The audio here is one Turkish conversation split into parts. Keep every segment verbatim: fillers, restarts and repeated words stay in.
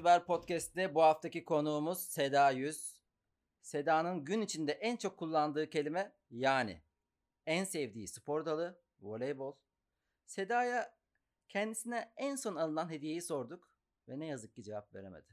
Haber Podcast'te bu haftaki konuğumuz Seda Yüz. Seda'nın gün içinde en çok kullandığı kelime yani. En sevdiği spor dalı voleybol. Seda'ya kendisine en son alınan hediyeyi sorduk ve ne yazık ki cevap veremedi.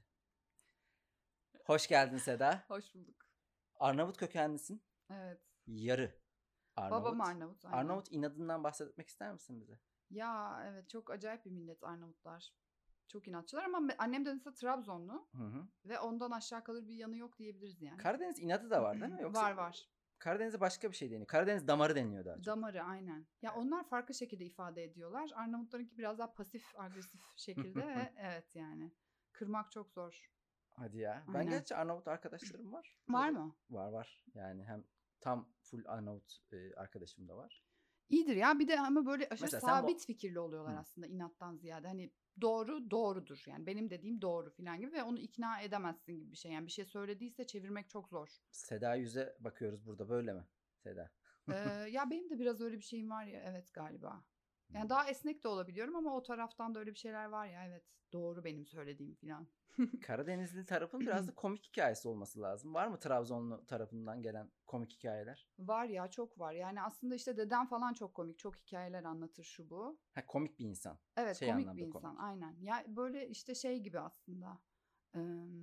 Hoş geldin Seda. Hoş bulduk. Arnavut kökenlisin. Evet. Yarı Arnavut. Babam Arnavut. Aynen. Arnavut inadından bahsetmek ister misin bize? Ya evet, çok acayip bir millet Arnavutlar. Çok inatçılar ama annem de mesela Trabzonlu. Hı hı. Ve ondan aşağı kalır bir yanı yok diyebiliriz yani. Karadeniz inadı da var değil mi? Yoksa var var. Karadeniz'e başka bir şey deniyor. Karadeniz damarı deniyor daha çok. Damarı aynen. Ya Evet. onlar farklı şekilde ifade ediyorlar. Arnavutlarınki biraz daha pasif agresif şekilde ve evet yani. Kırmak çok zor. Hadi ya. Ben Aynen. gerçi Arnavut arkadaşlarım var. Var Böyle- mı? Var var. Yani hem tam full Arnavut e, arkadaşım da var. İyidir ya, bir de ama böyle aşırı Mesela sen sabit bu- fikirli oluyorlar Hı. aslında inattan ziyade. Hani doğru doğrudur yani, benim dediğim doğru falan gibi ve onu ikna edemezsin gibi bir şey. Yani bir şey söylediyse çevirmek çok zor. Seda Yüz'e bakıyoruz burada böyle mi? Seda. Ee, ya benim de biraz öyle bir şeyim var ya, evet galiba. Yani Hmm. daha esnek de olabiliyorum ama o taraftan da öyle bir şeyler var ya, evet doğru benim söylediğim falan. Karadenizli tarafın biraz da komik hikayesi olması lazım. Var mı Trabzonlu tarafından gelen komik hikayeler? Var ya, çok var. Yani aslında işte dedem falan çok komik. Çok hikayeler anlatır şu bu. Ha, komik bir insan. Evet, Şey komik anlamda bir insan komik. aynen. Ya böyle işte şey gibi aslında. Ee,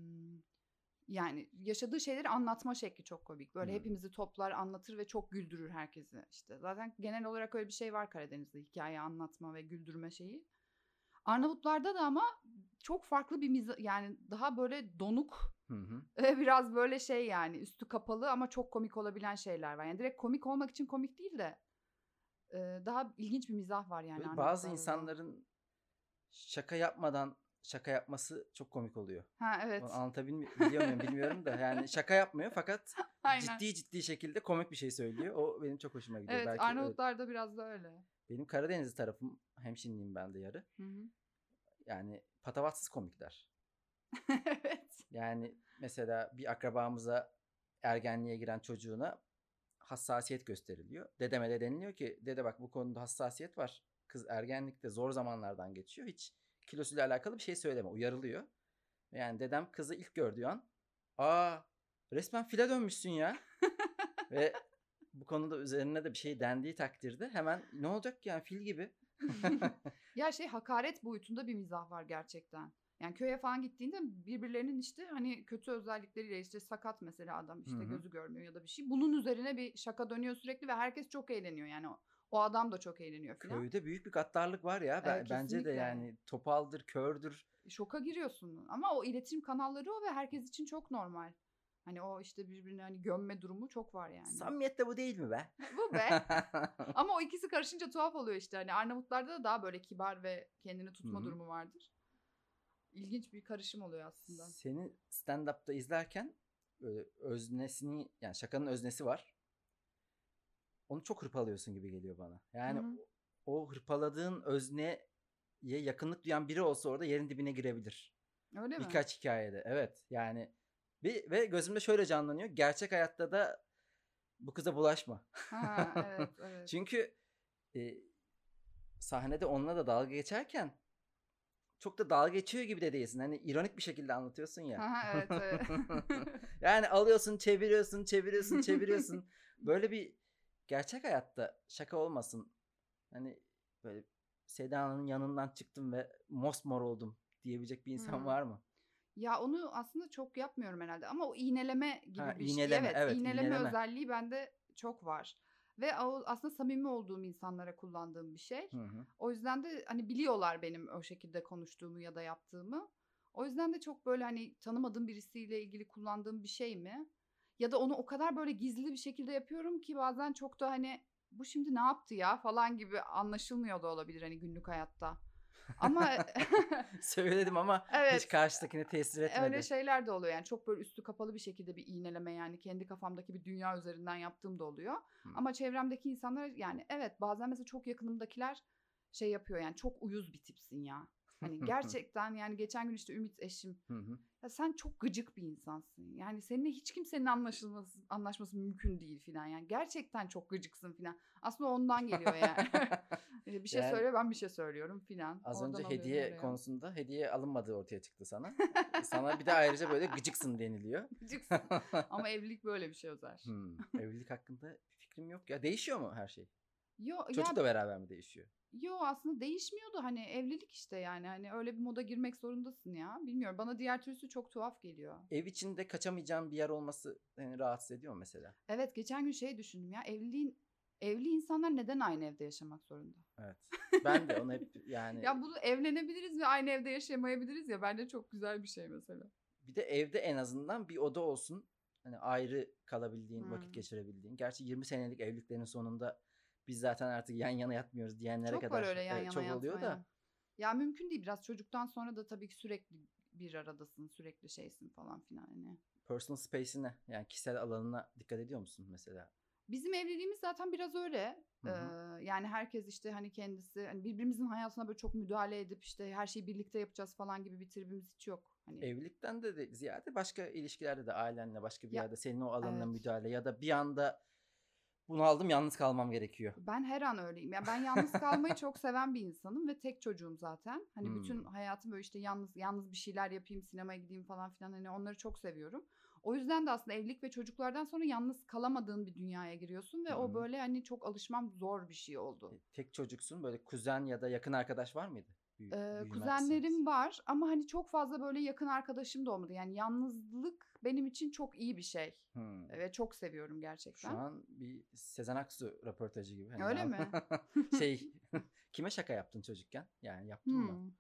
yani yaşadığı şeyleri anlatma şekli çok komik. Böyle Hmm. hepimizi toplar, anlatır ve çok güldürür herkesi işte. Zaten genel olarak öyle bir şey var Karadeniz'de, hikaye anlatma ve güldürme şeyi. Arnavutlarda da ama çok farklı bir miza, yani daha böyle donuk Hı hı. ve biraz böyle şey, yani üstü kapalı ama çok komik olabilen şeyler var. Yani direkt komik olmak için komik değil de e, daha ilginç bir mizah var yani Böyle bazı Arnavutlarda da. insanların şaka yapmadan şaka yapması çok komik oluyor. Ha evet. Onu anlatabiliyor muyum bilmiyorum da yani şaka yapmıyor fakat Aynen. ciddi ciddi şekilde komik bir şey söylüyor. O benim çok hoşuma gidiyor. Evet, Belki öyle- Arnavutlarda biraz da öyle. benim Karadeniz tarafım, hemşinliyim ben de yarı. Hı hı. Yani patavatsız komikler. Evet. Yani mesela bir akrabamıza ergenliğe giren çocuğuna hassasiyet gösteriliyor. Dedeme de deniliyor ki dede bak bu konuda hassasiyet var. Kız ergenlikte zor zamanlardan geçiyor. Hiç kilosuyla alakalı bir şey söyleme. Uyarılıyor. Yani dedem kızı ilk gördüğü an aa resmen file dönmüşsün ya. Ve bu konuda üzerine de bir şey dendiği takdirde hemen ne olacak yani fil gibi. Ya şey, hakaret boyutunda bir mizah var gerçekten. Yani köye falan gittiğinde birbirlerinin işte hani kötü özellikleriyle, işte sakat mesela adam, işte Hı hı. gözü görmüyor ya da bir şey. Bunun üzerine bir şaka dönüyor sürekli ve herkes çok eğleniyor yani, o, o adam da çok eğleniyor falan. Köyde büyük bir gaddarlık var ya. Ee, Ben, bence de kesinlikle. yani topaldır, kördür. Şoka giriyorsun ama o iletişim kanalları o ve herkes için çok normal. Hani o işte birbirini hani gömme durumu çok var yani. Samimiyet de bu değil mi be? Bu be. Ama o ikisi karışınca tuhaf oluyor işte. Hani Arnavutlarda da daha böyle kibar ve kendini tutma Hı hı. durumu vardır. İlginç bir karışım oluyor aslında. Seni stand-up'ta izlerken böyle öznesini, yani şakanın öznesi var. Onu çok hırpalıyorsun gibi geliyor bana. Yani Hı hı. o, o hırpaladığın özneye yakınlık duyan biri olsa orada yerin dibine girebilir. Öyle mi? Birkaç hikayede. Evet. Yani bir, ve gözümde şöyle canlanıyor. Gerçek hayatta da bu kıza bulaşma. Ha evet evet. Çünkü e, sahnede onunla da dalga geçerken çok da dalga geçiyor gibi de değilsin. Hani ironik bir şekilde anlatıyorsun ya. Ha evet evet. Yani alıyorsun, çeviriyorsun, çeviriyorsun, çeviriyorsun. Böyle bir gerçek hayatta şaka olmasın. Hani böyle Seda'nın yanından çıktım ve mosmor oldum diyebilecek bir insan Hmm. var mı? Ya onu aslında çok yapmıyorum herhalde ama o iğneleme gibi Ha, bir şey. iğneleme, Evet, evet, iğneleme, iğneleme. özelliği bende çok var. Ve o aslında samimi olduğum insanlara kullandığım bir şey. Hı hı. O yüzden de hani biliyorlar benim o şekilde konuştuğumu ya da yaptığımı. O yüzden de çok böyle hani tanımadığım birisiyle ilgili kullandığım bir şey mi? Ya da onu o kadar böyle gizli bir şekilde yapıyorum ki bazen çok da hani bu şimdi ne yaptı ya falan gibi anlaşılmıyor da olabilir hani günlük hayatta. Ama Söyledim ama hiç evet, karşıdakine tesir etmedi. öyle şeyler de oluyor yani, çok böyle üstü kapalı bir şekilde bir iğneleme, yani kendi kafamdaki bir dünya üzerinden yaptığım da oluyor. Hı. Ama çevremdeki insanlar yani evet, bazen mesela çok yakınımdakiler şey yapıyor yani, çok uyuz bir tipsin ya. Hani gerçekten yani geçen gün işte Ümit eşim, Hı hı. ya sen çok gıcık bir insansın. Yani seninle hiç kimsenin anlaşılması, anlaşması mümkün değil filan. Yani gerçekten çok gıcıksın filan. Aslında ondan geliyor yani. Bir şey Yani söylüyor, ben bir şey söylüyorum filan. az Oradan önce alıyorum hediye oraya. konusunda hediye alınmadığı ortaya çıktı sana. Sana bir de ayrıca böyle gıcıksın deniliyor. Gıcıksın. Ama evlilik böyle bir şey Özer. Hmm, evlilik hakkında bir fikrim yok. Ya değişiyor mu her şey? Yo ya Çocukla beraber mi değişiyor? yo aslında değişmiyordu hani evlilik işte yani hani öyle bir moda girmek zorundasın ya. Bilmiyorum, bana diğer türlüsü çok tuhaf geliyor. Ev içinde kaçamayacağın bir yer olması seni rahatsız ediyor mu mesela? Evet, geçen gün şey düşündüm ya, evliliğin evli insanlar neden aynı evde yaşamak zorunda? Evet. Ben de onu hep yani Ya bunu evlenebiliriz ve aynı evde yaşayamayabiliriz ya, bence çok güzel bir şey mesela. bir de evde en azından bir oda olsun. Hani ayrı kalabildiğin, vakit Hmm. geçirebildiğin. Gerçi yirmi senelik evliliklerin sonunda biz zaten artık yan yana yatmıyoruz diyenlere Çok var kadar öyle yan evet, yana çok oluyor da. yatmayan. Ya mümkün değil, biraz çocuktan sonra da tabii ki sürekli bir aradasın, sürekli şeysin falan filan hani. Personal space'ine yani kişisel alanına dikkat ediyor musun mesela? Bizim evliliğimiz zaten biraz öyle. Hı Ee, hı. yani herkes işte hani kendisi, hani birbirimizin hayatına böyle çok müdahale edip işte her şeyi birlikte yapacağız falan gibi bir tribimiz hiç yok. Hani Evlilikten de, de ziyade başka ilişkilerde de ailenle başka bir ya yerde senin o alanına evet. müdahale ya da bir anda bunaldım yalnız kalmam gerekiyor. Ben her an öyleyim. Yani ben yalnız kalmayı çok seven bir insanım ve tek çocuğum zaten. Hani bütün Hmm. hayatım böyle işte yalnız yalnız bir şeyler yapayım, sinemaya gideyim falan filan, hani onları çok seviyorum. O yüzden de aslında evlilik ve çocuklardan sonra yalnız kalamadığın bir dünyaya giriyorsun ve Hı o hı. böyle hani çok alışmam zor bir şey oldu. E, tek çocuksun böyle kuzen ya da yakın arkadaş var mıydı? Büyü, Eee, büyümezseniz. kuzenlerim var ama hani çok fazla böyle yakın arkadaşım da olmadı. Yani yalnızlık benim için çok iyi bir şey Hmm. ve çok seviyorum Şu gerçekten. an bir Sezen Aksu röportajı gibi. Hani Öyle yan... mi? şey kime şaka yaptın çocukken? Yani yaptın mı? Hmm.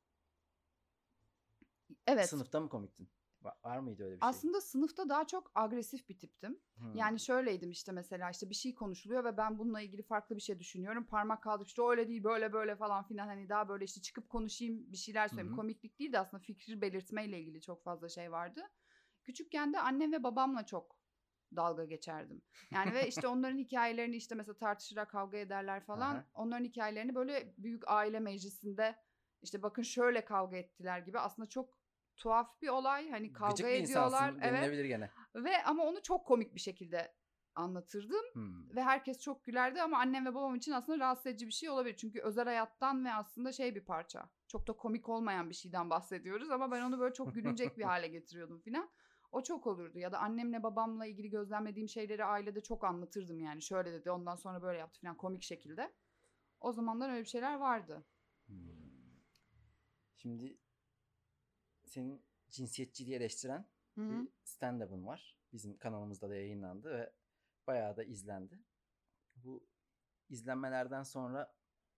Evet. Sınıfta mı komiktin? Va- var mıydı öyle bir şey? Aslında sınıfta daha çok agresif bir tiptim. Hmm. Yani şöyleydim işte, mesela işte bir şey konuşuluyor ve ben bununla ilgili farklı bir şey düşünüyorum. Parmak kaldırıp işte öyle değil böyle böyle falan filan, hani daha böyle işte çıkıp konuşayım, bir şeyler Hı söyleyeyim. hı. Komiklik değil de aslında fikir belirtmeyle ilgili çok fazla şey vardı. Küçükken de annem ve babamla çok dalga geçerdim. Yani ve işte onların hikayelerini işte mesela tartışırlar, kavga ederler falan. Aha. Onların hikayelerini böyle büyük aile meclisinde işte bakın şöyle kavga ettiler gibi, aslında çok tuhaf bir olay. Hani kavga Gıcık bir ediyorlar, insansın evet, denilebilir gene. ve ama onu çok komik bir şekilde anlatırdım Hmm. ve herkes çok gülerdi ama annem ve babam için aslında rahatsız edici bir şey olabilir. Çünkü özel hayattan ve aslında şey bir parça. Çok da komik olmayan bir şeyden bahsediyoruz ama ben onu böyle çok gülünecek bir hale getiriyordum filan. O çok olurdu. Ya da annemle babamla ilgili gözlemlediğim şeyleri ailede çok anlatırdım yani. Şöyle dedi, ondan sonra böyle yaptı filan, komik şekilde. O zamanlar öyle bir şeyler vardı. Hmm. Şimdi senin cinsiyetçiliği eleştiren Hı hı. bir stand-up'ın var. Bizim kanalımızda da yayınlandı ve bayağı da izlendi. Bu izlenmelerden sonra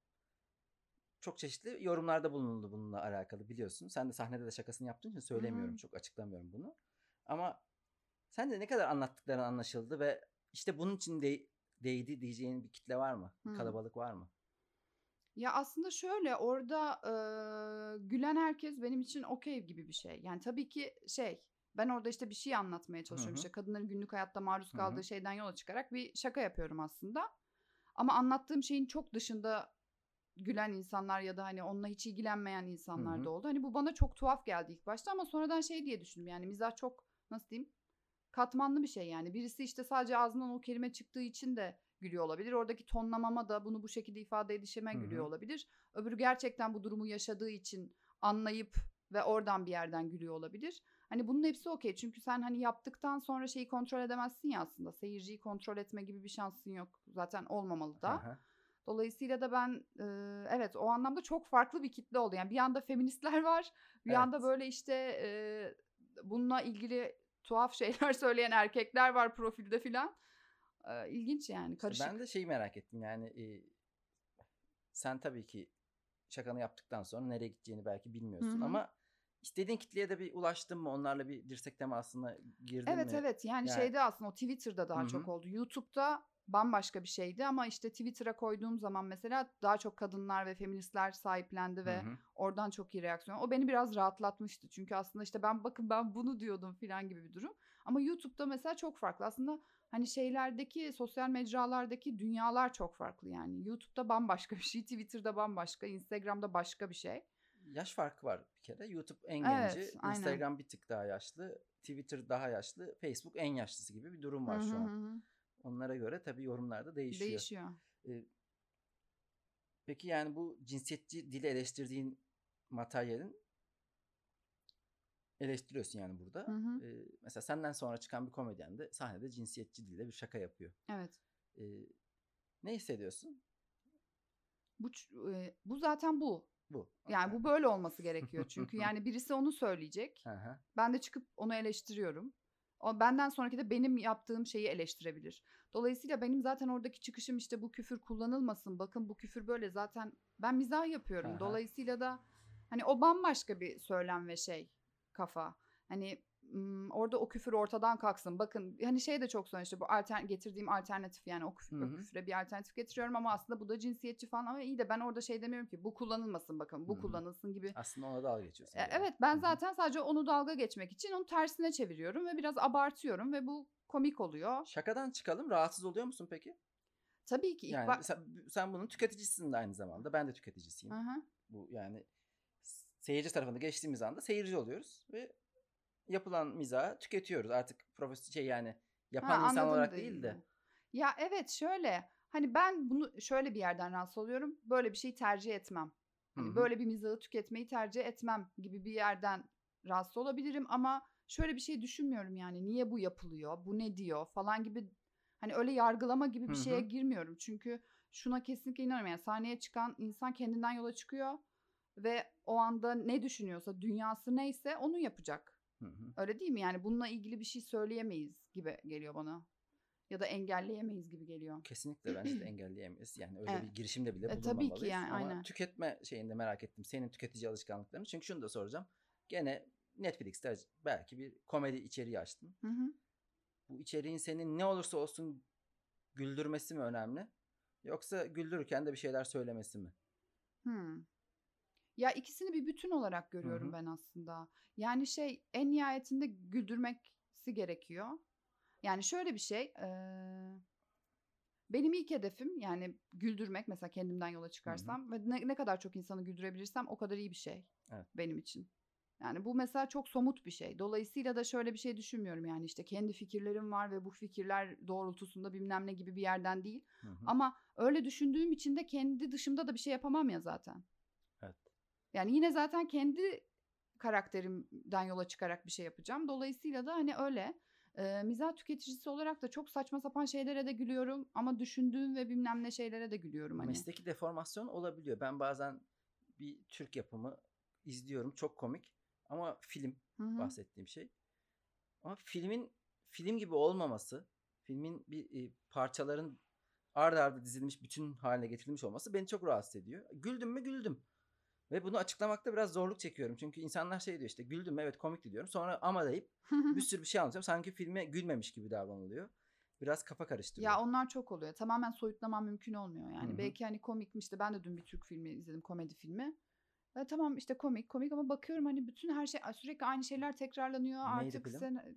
çok çeşitli yorumlarda bulunuldu bununla alakalı biliyorsun. Sen de sahnede de şakasını yaptığın için Hı söylemiyorum, hı. çok açıklamıyorum bunu. Ama sen de ne kadar anlattıkların anlaşıldı ve işte bunun için de değdi diyeceğin bir kitle var mı? Bir Hı. kalabalık var mı? Ya aslında şöyle, orada eee, gülen herkes benim için okey gibi bir şey. Yani tabii ki şey, ben orada işte bir şey anlatmaya Hı çalışıyorum. hı. İşte kadınların günlük hayatta maruz Hı hı. kaldığı şeyden yola çıkarak bir şaka yapıyorum aslında. Ama anlattığım şeyin çok dışında gülen insanlar ya da hani onunla hiç ilgilenmeyen Hı insanlar da hı. oldu. Hani bu bana çok tuhaf geldi ilk başta ama sonradan şey diye düşündüm. Yani mizah çok, nasıl diyeyim, katmanlı bir şey yani. Birisi işte sadece ağzından o kelime çıktığı için de gülüyor olabilir. Oradaki tonlamama da bunu bu şekilde ifade edişime Hı gülüyor hı. olabilir. Öbürü gerçekten bu durumu yaşadığı için anlayıp ve oradan bir yerden gülüyor olabilir. Hani bunun hepsi okey. Çünkü sen hani yaptıktan sonra şeyi kontrol edemezsin ya aslında. Seyirciyi kontrol etme gibi bir şansın yok. Zaten olmamalı Hı da. hı. Dolayısıyla da ben e, evet, o anlamda çok farklı bir kitle oldu. Yani bir yanda feministler var, bir yanda Evet. böyle işte e, bununla ilgili tuhaf şeyler söyleyen erkekler var profilde filan. E, ilginç yani, İşte ben de karışık. şeyi merak ettim. Yani e, sen tabii ki şakanı yaptıktan sonra nereye gideceğini belki Hı bilmiyorsun hı. ama istediğin kitleye de bir ulaştın mı? Onlarla bir dirsek temasına girdin Evet, mi? evet, yani Yani şeyde aslında o Twitter'da hı daha çok hı. oldu. YouTube'da bambaşka bir şeydi ama işte Twitter'a koyduğum zaman mesela daha çok kadınlar ve feministler sahiplendi Hı ve hı. oradan çok iyi reaksiyon. O beni biraz rahatlatmıştı. Çünkü aslında işte ben bakın ben bunu diyordum falan gibi bir durum. Ama YouTube'da mesela çok farklı. Aslında hani şeylerdeki, sosyal mecralardaki dünyalar çok farklı yani. YouTube'da bambaşka bir şey, Twitter'da bambaşka, Instagram'da başka bir şey. Yaş farkı var bir kere. YouTube en Evet, genci, aynen. Instagram bir tık daha yaşlı, Twitter daha yaşlı, Facebook en yaşlısı gibi bir durum Hı var hı şu hı an. hı. Onlara göre tabii yorumlar da değişiyor. Değişiyor. Ee, peki yani bu cinsiyetçi dili eleştirdiğin materyalin eleştiriyorsun yani Hı burada. hı. Ee, mesela senden sonra çıkan bir komedyen de sahnede cinsiyetçi dille bir şaka yapıyor. Evet. Ee, ne hissediyorsun? Bu ç- e, bu zaten bu. Bu. Yani bu böyle olması gerekiyor. Çünkü yani birisi onu söyleyecek. Hı hı. Ben de çıkıp onu eleştiriyorum. O benden sonraki de benim yaptığım şeyi eleştirebilir. Dolayısıyla benim zaten oradaki çıkışım işte bu küfür kullanılmasın. Bakın bu küfür böyle, zaten ben mizah Hı yapıyorum. hı. Dolayısıyla da hani o bambaşka bir söylem ve şey, kafa. Hani ım, orada o küfür ortadan kalksın. Bakın hani şey de çok sonra işte bu altern getirdiğim alternatif, yani o, küfür, Hı o hı. küfre bir alternatif getiriyorum ama aslında bu da cinsiyetçi falan, ama iyi de ben orada şey demiyorum ki bu kullanılmasın, bakın bu Hı hı. kullanılsın gibi. Aslında ona dalga geçiyorsun E, yani. Evet, Hı ben hı. zaten sadece onu dalga geçmek için onu tersine çeviriyorum ve biraz abartıyorum ve bu komik oluyor. Şakadan çıkalım. Rahatsız oluyor musun peki? Tabii ki ilk Yani bak. sen, sen bunun tüketicisin de aynı zamanda. Ben de tüketicisiyim. Hı hı. Bu yani seyirci tarafında geçtiğimiz anda seyirci oluyoruz ve yapılan mizahı tüketiyoruz. Artık profesyonel şey yani Ha, yapan insan anladım olarak değil de. dediğini. Ya evet, şöyle hani ben bunu şöyle bir yerden rahatsız oluyorum. Böyle bir şeyi tercih etmem. Hı Hani hı. böyle bir mizahı tüketmeyi tercih etmem gibi bir yerden rahatsız olabilirim ama şöyle bir şey düşünmüyorum, yani niye bu yapılıyor, bu ne diyor falan gibi, hani öyle yargılama gibi Hı bir şeye hı. girmiyorum. Çünkü şuna kesinlikle inanıyorum, yani sahneye çıkan insan kendinden yola çıkıyor ve o anda ne düşünüyorsa, dünyası neyse onu yapacak. Hı hı. Öyle değil mi? Yani bununla ilgili bir şey söyleyemeyiz gibi geliyor bana. Ya da engelleyemeyiz gibi geliyor. Kesinlikle bence de engelleyemeyiz. Yani öyle Evet. bir girişimde bile E, tabii ki bulunmamalıyız. yani Ama aynen. tüketme şeyinde merak ettim. Senin tüketici alışkanlıklarını. Çünkü şunu da soracağım. Gene Netflix'te belki bir komedi içeriği açtın. Hı hı. Bu içeriğin senin ne olursa olsun güldürmesi mi önemli? Yoksa güldürürken de bir şeyler söylemesi mi? Hmm. Ya ikisini bir bütün olarak Hı görüyorum hı. ben aslında. Yani şey, en nihayetinde güldürmeksi gerekiyor. Yani şöyle bir şey. eee, benim ilk hedefim yani güldürmek, mesela kendimden yola Hı hı. çıkarsam ve ne, ne kadar çok insanı güldürebilirsem o kadar iyi bir şey Evet. benim için. Yani bu mesela çok somut bir şey. Dolayısıyla da şöyle bir şey düşünmüyorum, yani işte kendi fikirlerim var ve bu fikirler doğrultusunda bilmem ne gibi bir yerden değil. Hı hı. Ama öyle düşündüğüm için de kendi dışımda da bir şey yapamam ya zaten. Evet. Yani yine zaten kendi karakterimden yola çıkarak bir şey yapacağım. Dolayısıyla da hani öyle e, mizah tüketicisi olarak da çok saçma sapan şeylere de gülüyorum ama düşündüğüm ve bilmem ne şeylere de gülüyorum hani. Mesleki deformasyon olabiliyor. Ben bazen bir Türk yapımı izliyorum. Çok komik. Ama film Hı hı. bahsettiğim şey. Ama filmin film gibi olmaması, filmin bir e, parçaların ard arda dizilmiş bütün haline getirilmiş olması beni çok rahatsız ediyor. Güldüm mü güldüm. Ve bunu açıklamakta biraz zorluk çekiyorum. Çünkü insanlar şey diyor işte güldüm mü evet komikti diyorum. Sonra ama deyip bir sürü bir şey anlatıyorum. Sanki filme gülmemiş gibi davranılıyor. Biraz kafa karıştırıyor. Ya onlar çok oluyor. Tamamen soyutlamam mümkün olmuyor Hı yani. hı. Belki hani komikmiş, işte ben de dün bir Türk filmi izledim, komedi filmi. Ve tamam işte komik komik ama bakıyorum hani bütün her şey sürekli aynı şeyler tekrarlanıyor. Neydi Artık film? sen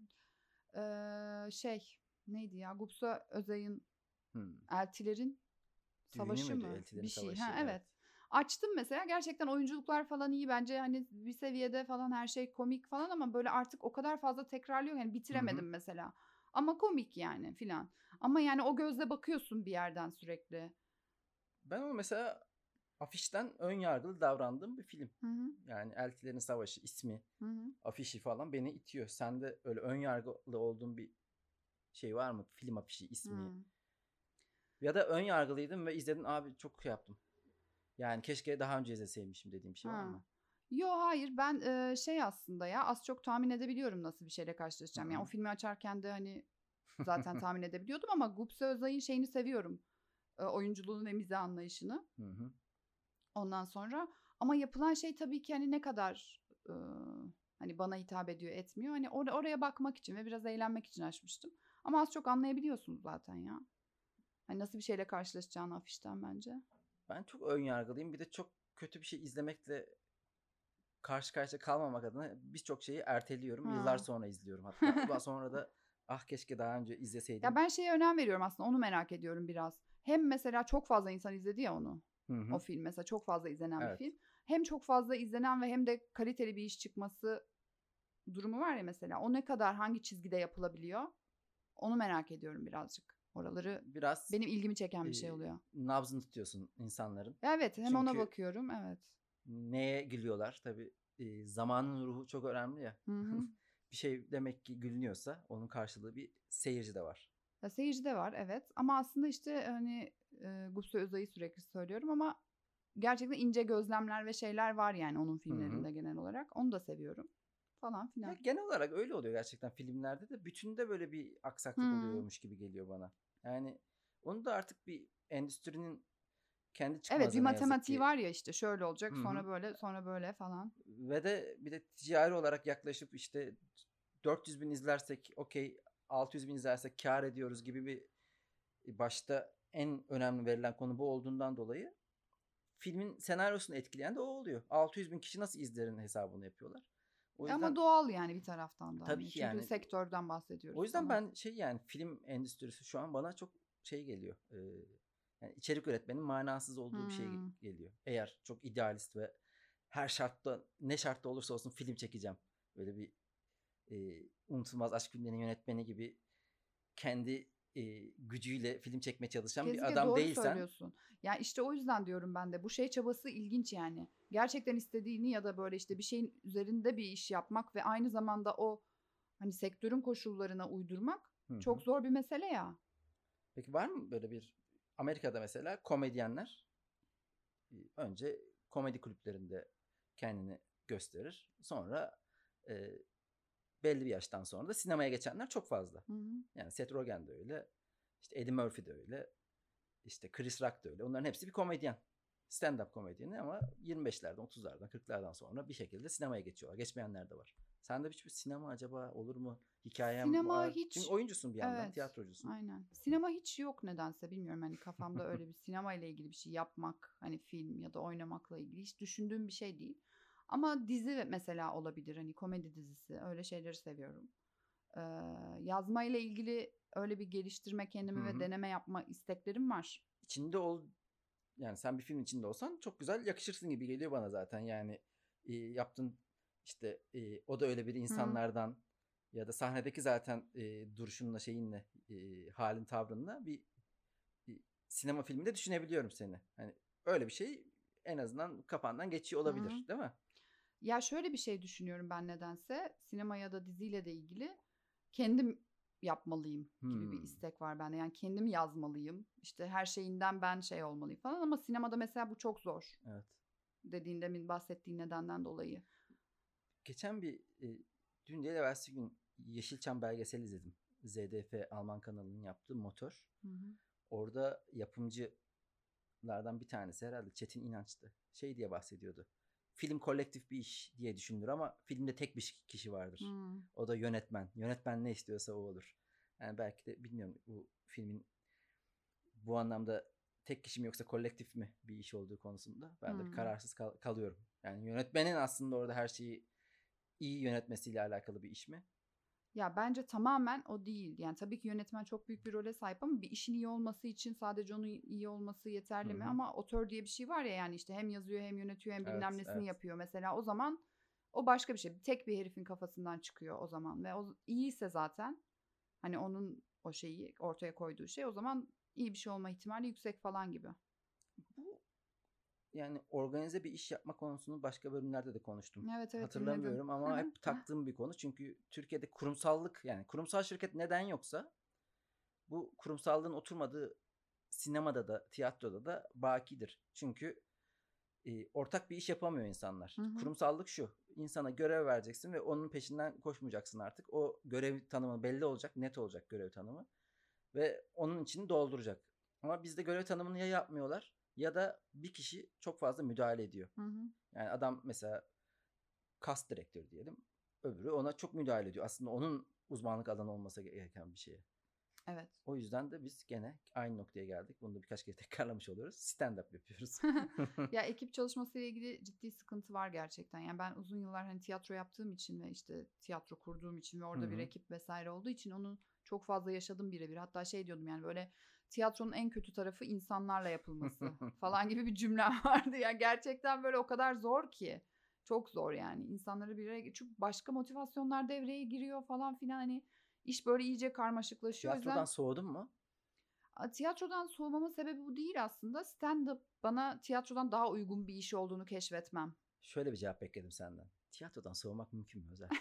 eee, şey neydi ya, Gupse Özay'ın Hmm. Eltilerin Düğünü Savaşı müydü? mı? Eltilerin Bir şey. Ha Savaşı. Evet. evet. Açtım mesela, gerçekten oyunculuklar falan iyi bence, hani bir seviyede falan, her şey komik falan ama böyle artık o kadar fazla tekrarlıyor yani Hı hı. bitiremedim mesela. Ama komik yani filan. Ama yani o gözle bakıyorsun bir yerden sürekli. Ben onu mesela afişten ön yargılı davrandığım bir film. Hı hı. Yani Eltilerin Savaşı ismi, Hı hı. afişi falan beni itiyor. Sende öyle ön yargılı olduğun bir şey var mı? Film afişi, ismi. Hı. Ya da ön yargılıydım ve izledin abi çok şey yaptım. Yani keşke daha önce izleseymişim dediğim bir şey var Ha. mı? Yo hayır, ben e, şey aslında ya az çok tahmin edebiliyorum nasıl bir şeyle Hı karşılaşacağım. Yani o hı. filmi açarken de hani zaten tahmin edebiliyordum ama Gupse Özay'ın şeyini seviyorum. E, oyunculuğunu ve mizah anlayışını. Hı hı. Ondan sonra ama yapılan şey tabii ki hani ne kadar e, hani bana hitap ediyor etmiyor. Hani or- oraya bakmak için ve biraz eğlenmek için açmıştım. Ama az çok anlayabiliyorsunuz zaten ya. Hani nasıl bir şeyle karşılaşacağını afişten bence. Ben çok ön yargılıyım. Bir de çok kötü bir şey izlemekle karşı karşıya kalmamak adına birçok şeyi erteliyorum. Yıllar Ha. sonra izliyorum hatta. Ulan sonra da ah keşke daha önce Ya izleseydim. ben şeye önem veriyorum aslında, onu merak ediyorum biraz. Hem mesela çok fazla insan izledi ya onu. Hı hı. O film mesela çok fazla izlenen bir Evet. film. Hem çok fazla izlenen ve hem de kaliteli bir iş çıkması durumu var ya mesela. O ne kadar hangi çizgide yapılabiliyor? Onu merak ediyorum birazcık. Oraları Biraz benim ilgimi çeken e, bir şey oluyor. nabzını tutuyorsun insanların. Evet, hem ona Çünkü bakıyorum. Evet. neye gülüyorlar? Tabii e, zamanın ruhu çok önemli ya. Hı hı. Bir şey demek ki gülünüyorsa onun karşılığı bir seyirci de var. Ya seyirci de var evet. Ama aslında işte hani e, Gupse Özay'ı sürekli söylüyorum ama gerçekten ince gözlemler ve şeyler var yani onun Hı hı. filmlerinde genel olarak. Onu da seviyorum. Falan Ya filan. genel olarak öyle oluyor gerçekten filmlerde de. Bütünde böyle bir aksaklık Hmm. oluyormuş gibi geliyor bana. Yani onu da artık bir endüstrinin kendi Evet, bir çıkmazı ne yazık matematiği ki. var ya işte şöyle Hı olacak, sonra hı. böyle, sonra böyle falan. Ve de bir de ticari olarak yaklaşıp işte dört yüz bin izlersek okey, altı yüz bin izlersek kâr ediyoruz gibi bir başta en önemli verilen konu bu olduğundan dolayı filmin senaryosunu etkileyen de o oluyor. altı yüz bin kişi nasıl izlerin hesabını yapıyorlar. O Ama yüzden doğal yani bir taraftan da tabii hani. ki Çünkü yani sektörden o bahsediyoruz yüzden falan. ben şey yani film endüstrisi şu an bana çok şey geliyor. Ee, yani içerik üretmenin manasız olduğu bir şey Hmm. geliyor. Eğer çok idealist ve her şartta ne şartta olursa olsun film çekeceğim. Böyle bir e, Unutulmaz Aşk Filmlerinin yönetmeni gibi kendi e, gücüyle film çekmeye çalışan bir Kesinlikle adam doğru değilsen söylüyorsun. Yani işte o yüzden diyorum ben de bu şey çabası ilginç yani. Gerçekten istediğini ya da böyle işte bir şeyin üzerinde bir iş yapmak ve aynı zamanda o hani sektörün koşullarına uydurmak hı çok hı. zor bir mesele ya. Peki var mı böyle bir Amerika'da mesela komedyenler e, önce komedi kulüplerinde kendini gösterir. Sonra e, belli bir yaştan sonra da sinemaya geçenler çok fazla. Hı hı. Yani Seth Rogen de öyle. İşte Eddie Murphy de öyle. İşte Chris Rock da öyle. Onların hepsi bir komedyen. Stand-up komedyeni ama yirmi beşlerden, otuzlardan, kırklardan sonra bir şekilde sinemaya geçiyorlar. Geçmeyenler de var. Sende hiçbir sinema acaba olur mu? Hikayem Sinema var. Çünkü hiç oyuncusun bir yandan, evet tiyatrocusun. aynen. Sinema hiç yok nedense bilmiyorum hani kafamda öyle bir sinema ile ilgili bir şey yapmak hani film ya da oynamakla ilgili hiç düşündüğüm bir şey değil. Ama dizi mesela olabilir hani komedi dizisi öyle şeyleri seviyorum. Ee, yazma ile ilgili öyle bir geliştirme Hı kendimi ve hı. deneme yapma isteklerim var. İçinde ol yani sen bir film içinde olsan çok güzel yakışırsın gibi geliyor bana zaten. Yani e, yaptığın işte e, o da öyle bir Hı. insanlardan ya da sahnedeki zaten e, duruşunla şeyinle e, halin tavrınla bir, bir sinema filminde düşünebiliyorum seni. Hani öyle bir şey en azından kafandan geçiyor Hı hı. olabilir, değil mi? Ya şöyle bir şey düşünüyorum ben nedense sinema ya da diziyle de ilgili kendim yapmalıyım gibi bir Hmm, istek var bende. Yani kendim yazmalıyım. İşte her şeyinden ben şey olmalıyım falan ama sinemada mesela bu çok zor. evet. Dediğin demin bahsettiğin nedenden dolayı. Geçen bir e, dün değil evvelsi gün Yeşilçam belgesel izledim. Z D F Alman kanalının yaptığı Motor. Hı hı. Orada yapımcı lardan bir tanesi herhalde Çetin İnanç'tı. Şey diye bahsediyordu. Film kolektif bir iş diye düşünülür ama filmde tek bir kişi vardır. Hı. O da yönetmen. Yönetmen ne istiyorsa o olur. Yani belki de bilmiyorum bu filmin bu anlamda tek kişi mi yoksa kolektif mi bir iş olduğu konusunda ben de bir Hı. kararsız kal- kalıyorum. Yani yönetmenin aslında orada her şeyi iyi yönetmesiyle alakalı bir iş mi? Ya bence tamamen o değil. Yani tabii ki yönetmen çok büyük bir role sahip ama bir işin iyi olması için sadece onun iyi olması Hı yeterli mi? hı. Ama otör diye bir şey var ya yani işte hem yazıyor hem yönetiyor hem bilmem Evet, nesini evet. yapıyor. Mesela o zaman o başka bir şey. Tek bir herifin kafasından çıkıyor o zaman ve o iyiyse zaten hani onun o şeyi ortaya koyduğu şey o zaman iyi bir şey olma ihtimali yüksek falan gibi. Bu yani organize bir iş yapma konusunu başka bölümlerde de konuştum. Evet evet dinledim. Hatırlamıyorum ama hep taktığım bir konu. Çünkü Türkiye'de kurumsallık yani kurumsal şirket neden yoksa bu kurumsallığın oturmadığı sinemada da tiyatroda da bakidir. Çünkü e, ortak bir iş yapamıyor insanlar. Hı hı. Kurumsallık şu. İnsana görev vereceksin ve onun peşinden koşmayacaksın artık. O görev tanımı belli olacak, net olacak görev tanımı ve onun için dolduracak. Ama bizde görev tanımını ya yapmıyorlar ya da bir kişi çok fazla müdahale ediyor. Hı hı. Yani adam mesela kas direktörü diyelim. Öbürü ona çok müdahale ediyor. Aslında onun uzmanlık alanı olması gereken bir şeye. Evet. O yüzden de biz gene aynı noktaya geldik. Bunu da birkaç kere tekrarlamış oluyoruz. Stand-up yapıyoruz. Ya ekip çalışması ile ilgili ciddi sıkıntı var gerçekten. Yani ben uzun yıllar hani tiyatro yaptığım için ve işte tiyatro kurduğum için ve Hı orada bir hı. ekip vesaire olduğu için onu çok fazla yaşadım birebir. Hatta şey diyordum yani böyle tiyatronun en kötü tarafı insanlarla yapılması falan gibi bir cümlem vardı. Yani gerçekten böyle o kadar zor ki. Çok zor yani. İnsanları bir araya, çünkü başka motivasyonlar devreye giriyor falan filan, hani iş böyle iyice karmaşıklaşıyor. O Tiyatrodan yüzden soğudun mu? a, tiyatrodan soğumamın sebebi bu değil aslında. Stand-up bana tiyatrodan daha uygun bir iş olduğunu keşfetmem. Şöyle bir cevap bekledim senden. Tiyatrodan soğumak mümkün mü Özel?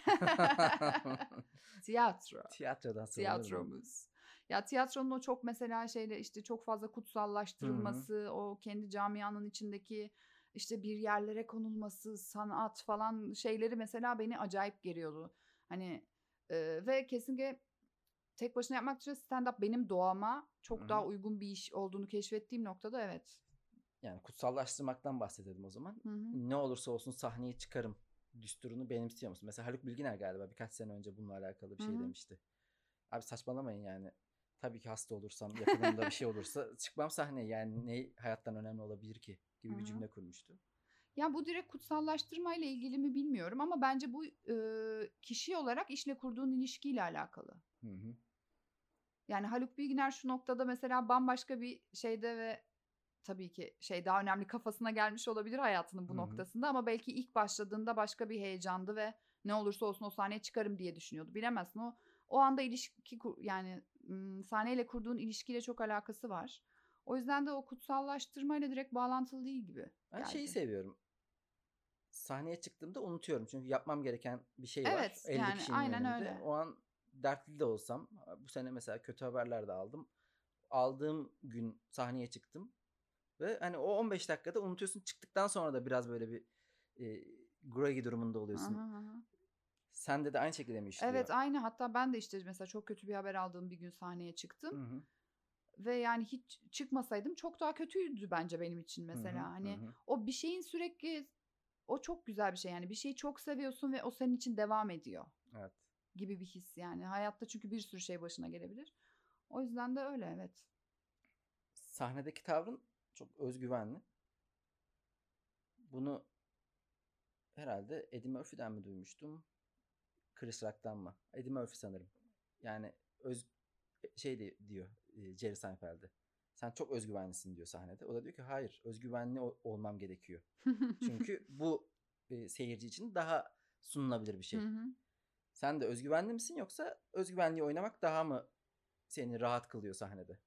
Tiyatro. Tiyatrodan soğunur mu? Tiyatromuz. Ya tiyatronun o çok mesela şeyle işte çok fazla Hı hı. kutsallaştırılması, o kendi camianın içindeki işte bir yerlere konulması, sanat falan şeyleri mesela beni acayip geriyordu. Hani e, ve kesinlikle tek başına yapmak için stand-up benim doğama Hı çok hı. daha uygun bir iş olduğunu keşfettiğim noktada evet. Yani kutsallaştırmaktan bahsedelim o zaman. Hı hı. Ne olursa olsun sahneye çıkarım düsturunu benimsiyor musun? Mesela Haluk Bilginer galiba birkaç sene önce bununla alakalı bir Hı şey hı. demişti. Abi saçmalamayın yani. Tabii ki hasta olursam, yakınımda bir şey olursa çıkmam sahneye. Yani ne hayattan önemli olabilir ki Hı gibi bir hı. cümle kurmuştu. Ya bu direkt kutsallaştırmayla ilgili mi bilmiyorum ama bence bu e, kişi olarak işle kurduğun ilişkiyle alakalı. Hı hı. Yani Haluk Bilginer şu noktada mesela bambaşka bir şeyde ve tabii ki şey daha önemli kafasına gelmiş olabilir hayatının Hı bu hı. noktasında ama belki ilk başladığında başka bir heyecandı ve ne olursa olsun o sahneye çıkarım diye düşünüyordu. Bilemezsin, o o anda ilişki kur- yani ım, sahneyle kurduğun ilişkiyle çok alakası var. O yüzden de o kutsallaştırmayla direkt bağlantılı değil gibi Ben şeyi geldi. seviyorum. Sahneye çıktığımda unutuyorum. Çünkü yapmam gereken bir şey var. Evet elli yani kişinin aynen önünde. öyle. O an dertli de olsam. Bu sene mesela kötü haberler de aldım. Aldığım gün sahneye çıktım. Ve hani o on beş dakikada unutuyorsun. Çıktıktan sonra da biraz böyle bir e, groggy durumunda Hı hı oluyorsun. hı. Sende de aynı şekilde mi Evet işliyor? aynı, hatta ben de işte mesela çok kötü bir haber aldığım bir gün sahneye Hı çıktım. hı. Ve yani hiç çıkmasaydım çok daha kötüydü bence benim için Hı hı. mesela. Hı Hani hı. o bir şeyin sürekli, o çok güzel bir şey yani, bir şeyi çok seviyorsun ve o senin için devam ediyor Evet. gibi bir his yani. Hayatta çünkü bir sürü şey başına gelebilir. O yüzden de öyle evet. Sahnedeki tavrın çok özgüvenli. Bunu herhalde Eddie Murphy'den mi duymuştum? Chris Rock'tan mı? Eddie Murphy sanırım. Yani öz şey de diyor e, Jerry Seinfeld'e. Sen çok özgüvenlisin diyor sahnede. O da diyor ki hayır, özgüvenli ol- olmam gerekiyor. Çünkü bu e, seyirci için daha sunulabilir bir Hı şey. hı. Sen de özgüvenli misin yoksa özgüvenli oynamak daha mı seni rahat kılıyor sahnede?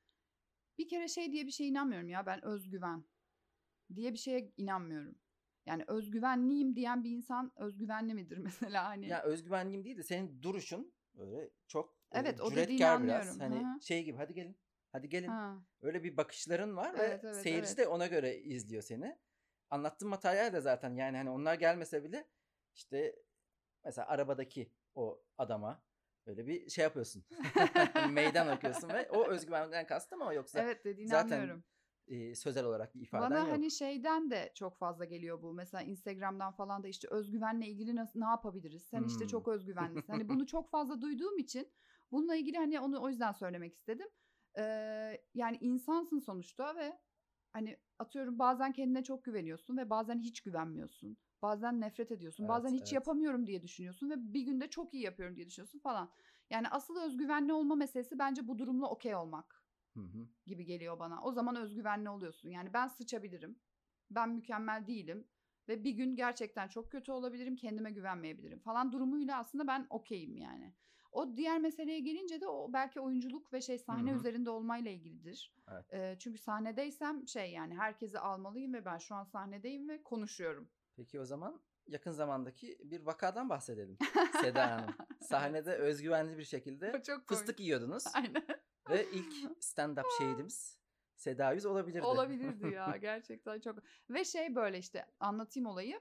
Bir kere şey diye bir şeye inanmıyorum ya, ben özgüven diye bir şeye inanmıyorum. Yani özgüvenliyim diyen bir insan özgüvenli midir mesela hani? Ya özgüvenliyim değil de senin duruşun böyle çok Evet e, o dediğini cüretkar biraz. anlıyorum. Hı Hani hı. şey gibi hadi gelin. Hadi gelin. Ha. Öyle bir bakışların var Evet ve evet seyirci evet. de ona göre izliyor seni. Anlattığın materyal de zaten yani hani onlar gelmese bile işte mesela arabadaki o adama böyle bir şey yapıyorsun. Meydan okuyorsun ve o özgüvenden kastı mı o yoksa Evet dediğini zaten anlıyorum. e, sözel olarak bir ifaden Bana hani yok. şeyden de çok fazla geliyor bu. Mesela Instagram'dan falan da işte özgüvenle ilgili nasıl, ne yapabiliriz? Sen işte Hmm. çok özgüvenlisin. Hani bunu çok fazla duyduğum için bununla ilgili hani onu o yüzden söylemek istedim. Ee, yani insansın sonuçta ve hani atıyorum bazen kendine çok güveniyorsun ve bazen hiç güvenmiyorsun. Bazen nefret ediyorsun. Bazen Evet, hiç evet. yapamıyorum diye düşünüyorsun ve bir günde çok iyi yapıyorum diye düşünüyorsun falan. Yani asıl özgüvenli olma meselesi bence bu durumla okey olmak Hı hı. gibi geliyor bana. O zaman özgüvenli oluyorsun. Yani ben sıçabilirim. Ben mükemmel değilim. Ve bir gün gerçekten çok kötü olabilirim. Kendime güvenmeyebilirim falan durumuyla aslında ben okeyim yani. O diğer meseleye gelince de o belki oyunculuk ve şey Hı sahne hı. üzerinde olmayla ilgilidir. Evet. Ee, çünkü sahnedeysem şey yani herkesi almalıyım ve ben şu an sahnedeyim ve konuşuyorum. Peki o zaman yakın zamandaki bir vakadan bahsedelim. Seda Hanım. Evet. Sahnede özgüvenli bir şekilde O çok fıstık komik. yiyordunuz. Aynen. Ve ilk stand-up şehidimiz Seda Yüz olabilirdi. Olabilirdi ya gerçekten çok. Ve şey böyle işte anlatayım olayı.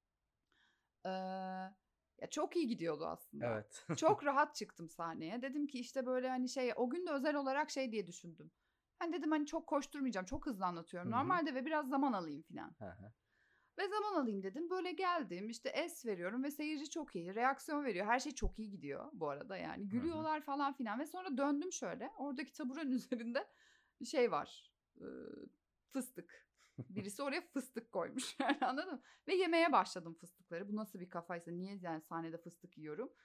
Ee, ya çok iyi gidiyordu aslında. Evet. Çok rahat çıktım sahneye. Dedim ki işte böyle hani şey o gün de özel olarak şey diye düşündüm. Hani dedim hani çok koşturmayacağım. Çok hızlı Hı anlatıyorum hı. normalde ve biraz zaman alayım filan. Hı hı. Ve zaman alayım dedim. Böyle geldim işte es veriyorum ve seyirci çok iyi. Reaksiyon veriyor. Her şey çok iyi gidiyor bu arada yani. Hı hı. Gülüyorlar falan filan ve sonra döndüm şöyle. Oradaki taburanın üzerinde bir şey var. Ee, fıstık. Birisi oraya fıstık koymuş yani anladın mı? Ve yemeye başladım fıstıkları. Bu nasıl bir kafaysa niye yani sahnede fıstık yiyorum.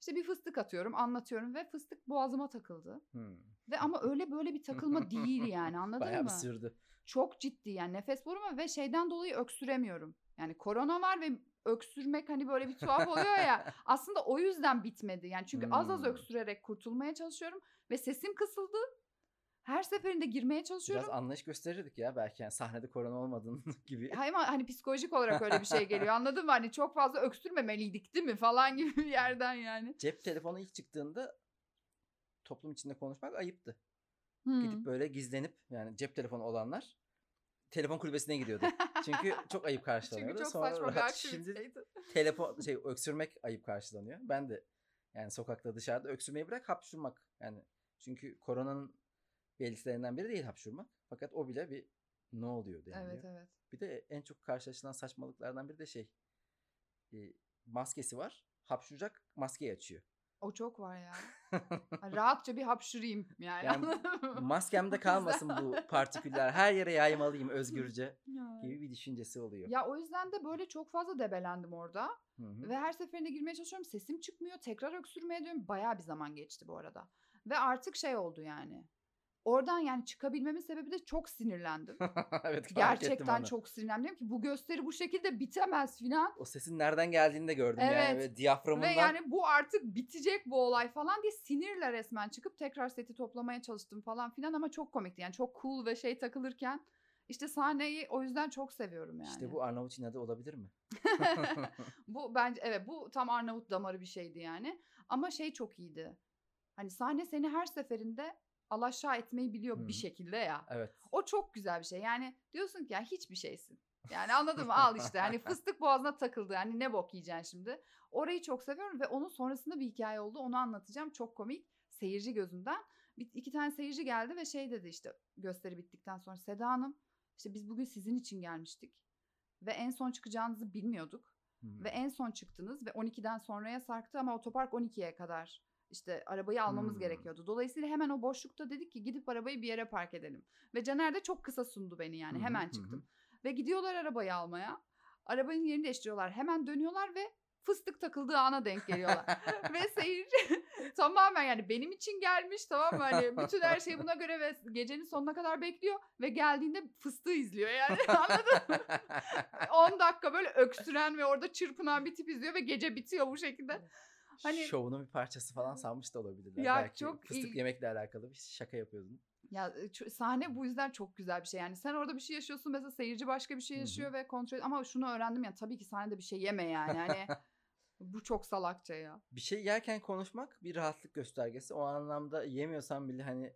İşte bir fıstık atıyorum, anlatıyorum ve fıstık boğazıma takıldı. Hmm. Ve ama öyle böyle bir takılma değil yani, anladın Bayağı bir mı? sürdü. Çok ciddi yani, nefes boruma ve şeyden dolayı öksüremiyorum. Yani korona var ve öksürmek hani böyle bir tuhaf oluyor ya. Aslında o yüzden bitmedi. Yani çünkü az az Hmm. öksürerek kurtulmaya çalışıyorum ve sesim kısıldı. Her seferinde girmeye Biraz çalışıyorum. anlayış gösterirdik ya belki, yani sahnede korona olmadığın gibi. Hayır ama hani psikolojik olarak öyle bir şey geliyor, anladın mı? Hani çok fazla öksürmemeliydik değil mi falan gibi bir yerden yani. Cep telefonu ilk çıktığında toplum içinde konuşmak ayıptı. Hmm. Gidip böyle gizlenip, yani cep telefonu olanlar telefon kulübesine gidiyordu. Çünkü çok ayıp karşılanıyordu. Çünkü çok Sonra saçma bir rahat, şimdi aktiviteydi. telefon şey öksürmek ayıp karşılanıyor. Ben de yani sokakta, dışarıda öksürmeyi bırak, hapşurmak. Yani çünkü koronanın belirtilerinden biri değil hapşurmak. Fakat o bile bir ne oluyor deniliyor. Evet evet. Bir de en çok karşılaşılan saçmalıklardan biri de şey, e, maskesi var. Hapşuracak, maskeyi açıyor. O çok var ya. Rahatça bir hapşırayım yani, Yani anladın mı? maskemde kalmasın bu partiküller, her yere yaymalıyım özgürce gibi bir düşüncesi oluyor. Ya o yüzden de böyle çok fazla debelendim orada. Hı hı. Ve her seferinde girmeye çalışıyorum, sesim çıkmıyor, tekrar öksürmeye diyorum. Bayağı bir zaman geçti bu arada. Ve artık şey oldu yani. Oradan yani çıkabilmemin sebebi de çok sinirlendim. Evet, fark ettim Gerçekten onu. çok sinirlendim. Dedim ki bu gösteri bu şekilde bitemez filan. O sesin nereden geldiğini de gördüm yani, Evet. böyle diyaframından. Ve yani bu artık bitecek bu olay falan diye sinirle resmen çıkıp tekrar seti toplamaya çalıştım falan filan, ama çok komikti. Yani çok cool ve şey takılırken işte sahneyi o yüzden çok seviyorum yani. İşte bu Arnavut inadı olabilir mi? Bu bence evet, bu tam Arnavut damarı bir şeydi yani. Ama şey çok iyiydi. Hani sahne seni her seferinde alaşağı etmeyi biliyor Hı bir hı. şekilde ya. Evet. O çok güzel bir şey. Yani diyorsun ki ya hiçbir şeysin. Yani anladın mı? Al işte. Hani fıstık boğazına takıldı. Hani ne bok yiyeceksin şimdi. Orayı çok seviyorum ve onun sonrasında bir hikaye oldu. Onu anlatacağım. Çok komik. Seyirci gözünden. Bir, iki tane seyirci geldi ve şey dedi işte gösteri bittikten sonra. Seda Hanım, işte biz bugün sizin için gelmiştik. Ve en son çıkacağınızı bilmiyorduk. Hmm. Ve en son çıktınız ve on ikiden sonraya sarktı ama otopark on ikiye kadar işte arabayı almamız Hmm. gerekiyordu. Dolayısıyla hemen o boşlukta dedik ki gidip arabayı bir yere park edelim. Ve Caner de çok kısa sundu beni yani, Hı hı, hemen hı çıktım. hı. Ve gidiyorlar arabayı almaya. Arabanın yerini değiştiriyorlar. Hemen dönüyorlar ve fıstık takıldığı ana denk geliyorlar. Ve seyirci tamamen yani benim için gelmiş, tamam mı? Hani bütün her şey buna göre ve gecenin sonuna kadar bekliyor ve geldiğinde fıstığı izliyor yani, anladın mı? on dakika böyle öksüren ve orada çırpınan bir tip izliyor ve gece bitiyor bu şekilde. Hani Şovunun bir parçası falan sanmış da olabilirler. ya Belki çok fıstık iyi. yemekle alakalı bir şaka yapıyordun. Ya ç- sahne bu yüzden çok güzel bir şey. Yani sen orada bir şey yaşıyorsun mesela, seyirci başka bir şey yaşıyor Hı hı. ve kontrol, ama şunu öğrendim ya, tabii ki sahnede bir şey yeme yani. Hani bu çok salakça ya. Bir şey yerken konuşmak bir rahatlık göstergesi. O anlamda yemiyorsan bile hani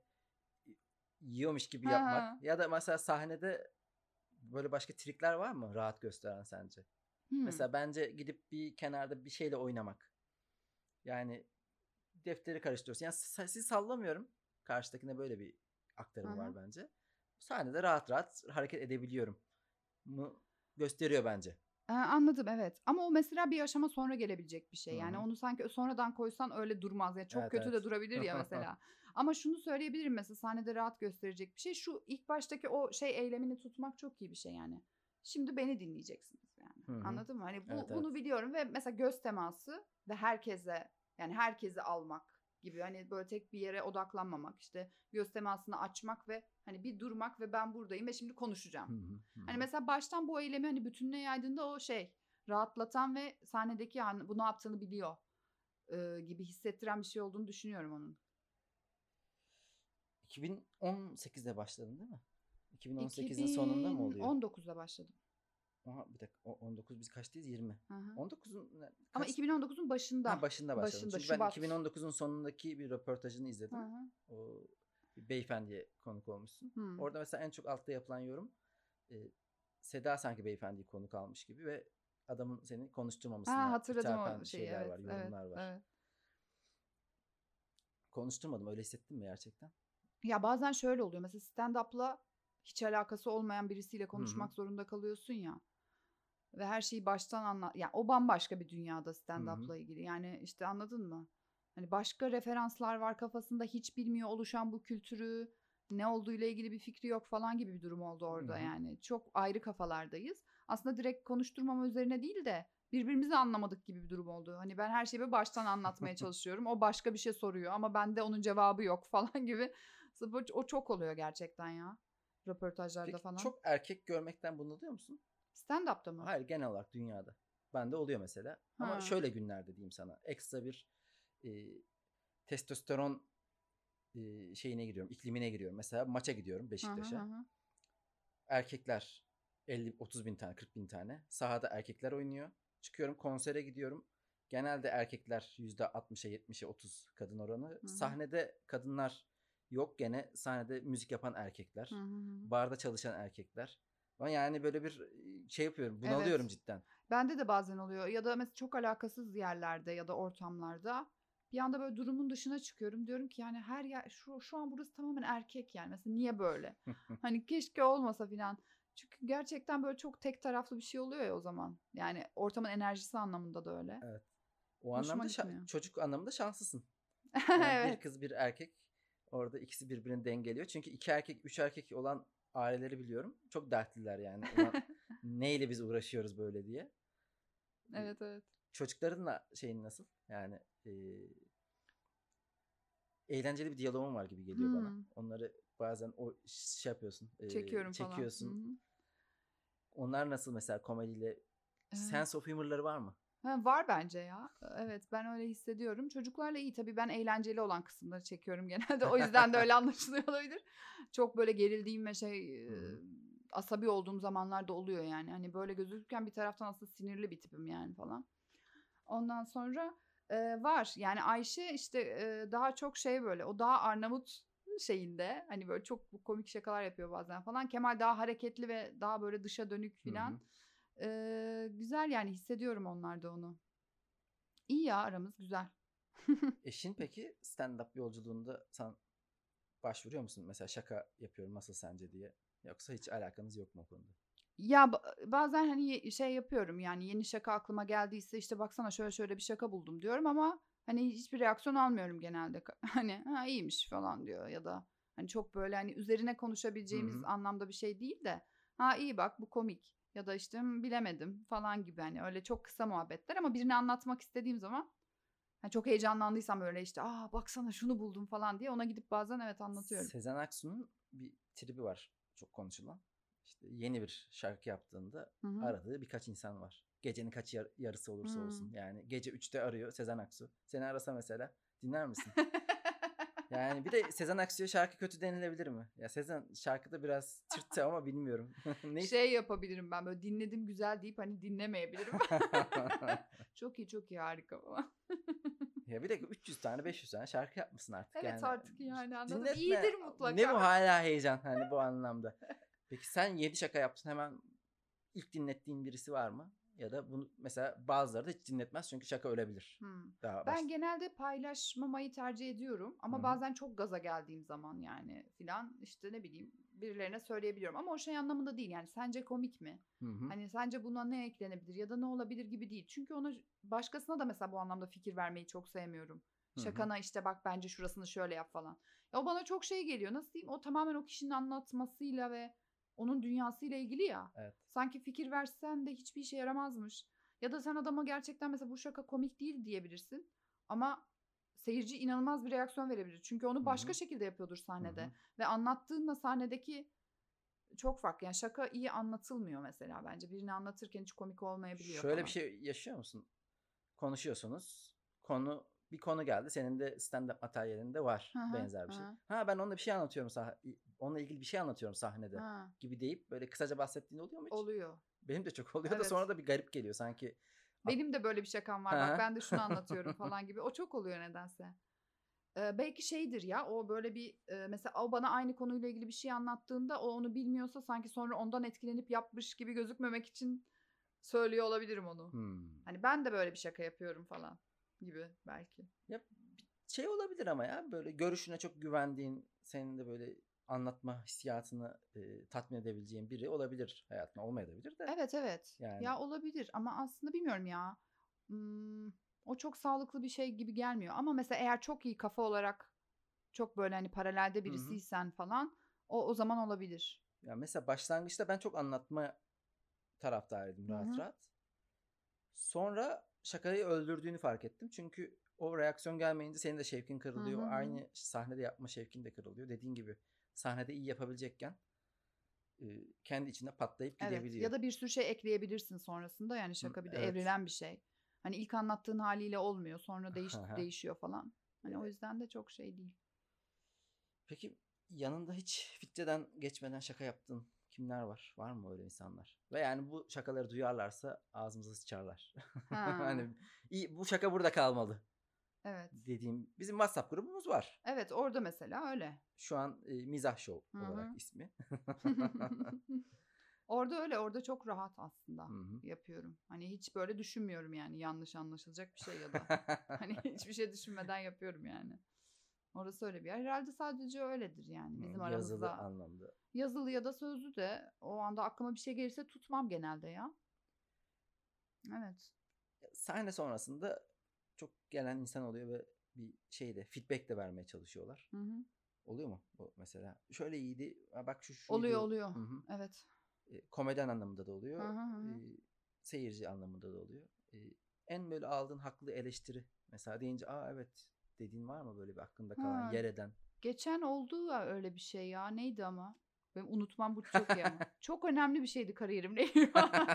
yiyormuş gibi Hı yapmak. hı. Ya da mesela sahnede böyle başka trikler var mı rahat gösteren sence? Hmm. Mesela bence gidip bir kenarda bir şeyle oynamak. Yani defteri karıştırıyorsun. Yani s- sizi sallamıyorum. Karşıdakine böyle bir Hı aktarımı hı. var bence. Sahnede rahat rahat hareket edebiliyorum mu gösteriyor bence. Ee, anladım evet, ama o mesela bir aşama sonra gelebilecek bir şey. Hı Yani hı. onu sanki sonradan koysan öyle durmaz. Yani çok Evet, kötü de evet. durabilir ya mesela. Ama şunu söyleyebilirim, mesela sahnede rahat gösterecek bir şey. Şu ilk baştaki o şey eylemini tutmak çok iyi bir şey yani. Şimdi beni dinleyeceksiniz yani. Hı hı. Anladın mı? Hani Evet, bu evet. bunu biliyorum ve mesela göz teması ve herkese, yani herkesi almak gibi, hani böyle tek bir yere odaklanmamak, işte göz temasını açmak ve hani bir durmak ve ben buradayım ve şimdi konuşacağım. Hı hı, hı Hani hı. mesela baştan bu eylemi hani bütününe yaydığında o şey rahatlatan ve sahnedeki yani bu ne yaptığını biliyor e, gibi hissettiren bir şey olduğunu düşünüyorum onun. iki bin on sekizde başladın değil mi? iki bin on sekizin sonunda mı oluyor? iki bin on dokuzda başladım. Aha, bir dakika. O- on dokuz, biz kaçtayız? yirmi. Hı hı. on dokuzun ne- Ama kaç? iki bin on dokuzun Ha, başında. başında başladım. Başında Çünkü ben Şubat. iki bin on dokuzun sonundaki bir röportajını Hı izledim. hı. O bir beyefendiye konuk olmuşsun. Hı. Orada mesela en çok altta yapılan yorum, e, Seda sanki beyefendiyi konuk almış gibi ve adamın seni Ha, konuşturmamasına hatırladım ithafen o şeyi, şeyler evet var, evet yorumlar var. evet. Konuşturmadım, öyle hissettin mi gerçekten? Ya bazen şöyle oluyor, mesela stand-up'la hiç alakası olmayan birisiyle Hı hı. konuşmak zorunda kalıyorsun ya. Ve her şeyi baştan anla, yani o bambaşka bir dünyada Hı hı. stand-up'la ilgili. Yani işte anladın mı? Hani başka referanslar var kafasında, hiç bilmiyor oluşan bu kültürü, ne olduğuyla ilgili bir fikri yok falan gibi bir durum oldu Hı orada hı. yani. Çok ayrı kafalardayız. Aslında direkt konuşturmama üzerine değil de birbirimizi anlamadık gibi bir durum oldu. Hani ben her şeyi böyle baştan anlatmaya çalışıyorum. O başka bir şey soruyor ama bende onun cevabı yok falan gibi. O çok oluyor gerçekten ya. Röportajlarda Peki falan. çok erkek görmekten bunalıyor musun? Stand-up'ta mı? Hayır, genel olarak dünyada. Bende oluyor mesela. Ama Ha. şöyle günlerde diyeyim sana. Ekstra bir e, testosteron e, şeyine giriyorum, iklimine giriyorum. Mesela maça gidiyorum Hı hı Beşiktaş'a. hı. Erkekler elli otuz bin tane, kırk bin tane. Sahada erkekler oynuyor. Çıkıyorum konsere gidiyorum. Genelde erkekler yüzde altmışa yetmişe otuz kadın oranı. Hı hı. Sahnede kadınlar yok, gene sahnede müzik yapan erkekler. Hı hı. Barda çalışan erkekler. Ben yani böyle bir şey yapıyorum. Bunalıyorum Evet. cidden. Bende de bazen oluyor. Ya da mesela çok alakasız yerlerde ya da ortamlarda bir anda böyle durumun dışına çıkıyorum. Diyorum ki yani her yer şu, şu an burası tamamen erkek yani. Mesela niye böyle? Hani keşke olmasa filan. Çünkü gerçekten böyle çok tek taraflı bir şey oluyor ya o zaman. Yani ortamın enerjisi anlamında da öyle. Evet. O Hoşuma anlamda şa- gitmiyor. çocuk anlamında şanslısın. Yani bir Evet. kız bir erkek, orada ikisi birbirini dengeliyor. Çünkü iki erkek üç erkek olan aileleri biliyorum. Çok dertliler yani. Ulan neyle biz uğraşıyoruz böyle diye. E, Evet evet. Çocukların da şeyin nasıl? Yani e, eğlenceli bir diyaloğun var gibi geliyor bana. Hmm, Onları bazen o şey yapıyorsun, e, çekiyorum falan. Hı çekiyorsun. hı. Onlar nasıl mesela komediyle Evet. sense of humor'ları var mı? Ha, var bence ya. Evet ben öyle hissediyorum. Çocuklarla iyi tabii ben eğlenceli olan kısımları çekiyorum genelde. O yüzden de öyle anlaşılıyor olabilir. Çok böyle gerildiğim ve şey Hı e, hı. asabi olduğum zamanlar da oluyor yani. Hani böyle gözükürken bir taraftan aslında sinirli bir tipim yani falan. Ondan sonra e, var yani Ayşe işte e, daha çok şey böyle o daha Arnavut şeyinde hani böyle çok komik şakalar yapıyor bazen falan. Kemal daha hareketli ve daha böyle dışa dönük Hı filan. hı. E, güzel yani hissediyorum onlarda onu. İyi ya aramız güzel. Eşin peki stand-up yolculuğunda sen başvuruyor musun? Mesela şaka yapıyorum nasıl sence diye. Yoksa hiç alakanız yok mu o konuda? Ya ba- bazen hani ye- şey yapıyorum yani yeni şaka aklıma geldiyse işte baksana şöyle şöyle bir şaka buldum diyorum ama hani hiçbir reaksiyon almıyorum genelde. Hani ha iyiymiş falan diyor ya da hani çok böyle hani üzerine Hı konuşabileceğimiz hı. anlamda bir şey değil de ha iyi bak bu komik ya da işte "Hmm, bilemedim falan gibi hani öyle çok kısa muhabbetler ama birini anlatmak istediğim zaman hani çok heyecanlandıysam öyle işte aa baksana şunu buldum falan diye ona gidip bazen evet anlatıyorum. Sezen Aksu'nun bir tribi var çok konuşulan. İşte yeni bir şarkı yaptığında Hı hı. aradığı birkaç insan var. Gecenin kaç yar- yarısı olursa olsun. Hmm. Yani gece üçte arıyor Sezen Aksu. Seni arasa mesela dinler misin? Yani bir de Sezen Aksu'ya şarkı kötü denilebilir mi? Ya Sezen şarkıda biraz tırtı ama bilmiyorum. Ne? Şey yapabilirim ben böyle dinledim güzel deyip hani dinlemeyebilirim. Çok iyi çok iyi harika falan. Ya bir de üç yüz tane beş yüz tane şarkı yapmışsın artık Evet yani. artık yani anladım. Dinletme. İyidir Ne bu mutlaka. hala heyecan hani bu anlamda. Peki sen yedi şaka yaptın, hemen ilk dinlettiğin birisi var mı? Ya da bunu mesela bazıları da hiç dinletmez çünkü şaka ölebilir. Hmm. Daha baş. Ben genelde paylaşmamayı tercih ediyorum Hı ama hı. bazen çok gaza geldiğim zaman yani filan işte ne bileyim birilerine söyleyebiliyorum ama o şey anlamında değil yani sence komik mi? Hı hı. Hani sence buna ne eklenebilir ya da ne olabilir gibi değil. Çünkü ona başkasına da mesela bu anlamda fikir vermeyi çok sevmiyorum. Hı hı. Şakana işte bak bence şurasını şöyle yap falan. Ya o bana çok şey geliyor. Nasıl diyeyim? O tamamen o kişinin anlatmasıyla ve onun dünyasıyla ilgili ya. Evet. Sanki fikir versen de hiçbir işe yaramazmış. Ya da sen adama gerçekten mesela bu şaka komik değil diyebilirsin. Ama seyirci inanılmaz bir reaksiyon verebilir. Çünkü onu Hı başka hı. şekilde yapıyordur Hı sahnede. hı. Ve anlattığınla sahnedeki çok farklı. Yani şaka iyi anlatılmıyor mesela bence. Birini anlatırken hiç komik olmayabiliyor Şöyle bir falan. şey yaşıyor musun? Konuşuyorsunuz. Konu bir konu geldi. Senin de stand-up materyalinde Hı var hı. benzer bir şey. Hı Ha ben onunla bir şey anlatıyorum sah onunla ilgili bir şey anlatıyorum sahnede hı. gibi deyip böyle kısaca bahsettiğin oluyor mu hiç? Oluyor. Benim de çok oluyor da Evet. sonra da bir garip geliyor sanki. At- Benim de böyle bir şakam var. Bak Hı ben de şunu anlatıyorum falan gibi. O çok oluyor nedense. Ee, belki şeydir ya o böyle bir e, mesela o bana aynı konuyla ilgili bir şey anlattığında o onu bilmiyorsa sanki sonra ondan etkilenip yapmış gibi gözükmemek için söylüyor olabilirim onu. Hmm. Hani ben de böyle bir şaka yapıyorum falan gibi belki. Ya bir şey olabilir ama ya böyle görüşüne çok güvendiğin, senin de böyle anlatma hissiyatını e, tatmin edebileceğin biri olabilir hayatına, olmayabilir de Evet evet. yani. Ya olabilir ama aslında bilmiyorum ya. Hmm, o çok sağlıklı bir şey gibi gelmiyor. Ama mesela eğer çok iyi kafa olarak çok böyle hani paralelde Hı hı. birisiysen falan o o zaman olabilir. Ya mesela başlangıçta ben çok anlatma taraftarıydım Hı rahat hı. rahat. Sonra şakayı öldürdüğünü fark ettim. Çünkü o reaksiyon gelmeyince senin de şevkin Hı kırılıyor. hı hı. Aynı sahnede yapma şevkin de kırılıyor. Dediğin gibi sahnede iyi yapabilecekken e, kendi içinde patlayıp Evet. gidebiliyor. Ya da bir sürü şey ekleyebilirsin sonrasında. Yani Hı, şaka bir de evet. evrilen bir şey. Hani ilk anlattığın haliyle olmuyor. Sonra değiş, Hı hı. değişiyor falan. Hani o E, yüzden de çok şey değil. Peki yanında hiç filtreden geçmeden şaka yaptığın kimler var? Var mı öyle insanlar? Ve yani bu şakaları duyarlarsa ağzımıza sıçarlar. Ha, Hani iyi, bu şaka burada kalmalı evet. dediğim bizim WhatsApp grubumuz var. Evet, orada mesela öyle. Şu an e, Mizah Show Hı olarak hı. ismi. Orada öyle. Orada çok rahat aslında Hı hı. yapıyorum. Hani hiç böyle düşünmüyorum yani yanlış anlaşılacak bir şey ya da. Hani hiçbir şey düşünmeden yapıyorum yani. Orası öyle bir yer. Herhalde sadece öyledir yani bizim Hı, yazılı aramızda. anlamda. Yazılı ya da sözlü de o anda aklıma bir şey gelirse tutmam genelde ya. Evet. Sahne sonrasında çok gelen insan oluyor ve bir şeyde feedback de vermeye çalışıyorlar. Hı hı. Oluyor mu bu mesela? Şöyle iyiydi. "Aa, bak şu Oluyor şuydu." oluyor. Hı hı. Evet. E, komedyen anlamında da Hı oluyor. hı hı. E, hı. seyirci anlamında da oluyor. E, en böyle aldığın haklı eleştiri mesela deyince aa evet dediğin var mı böyle bir aklında kalan Ha, yer eden? geçen oldu ya öyle bir şey ya. Neydi ama? Benim unutmam bu çok iyi ama. Çok önemli bir şeydi kariyerimle ilgili.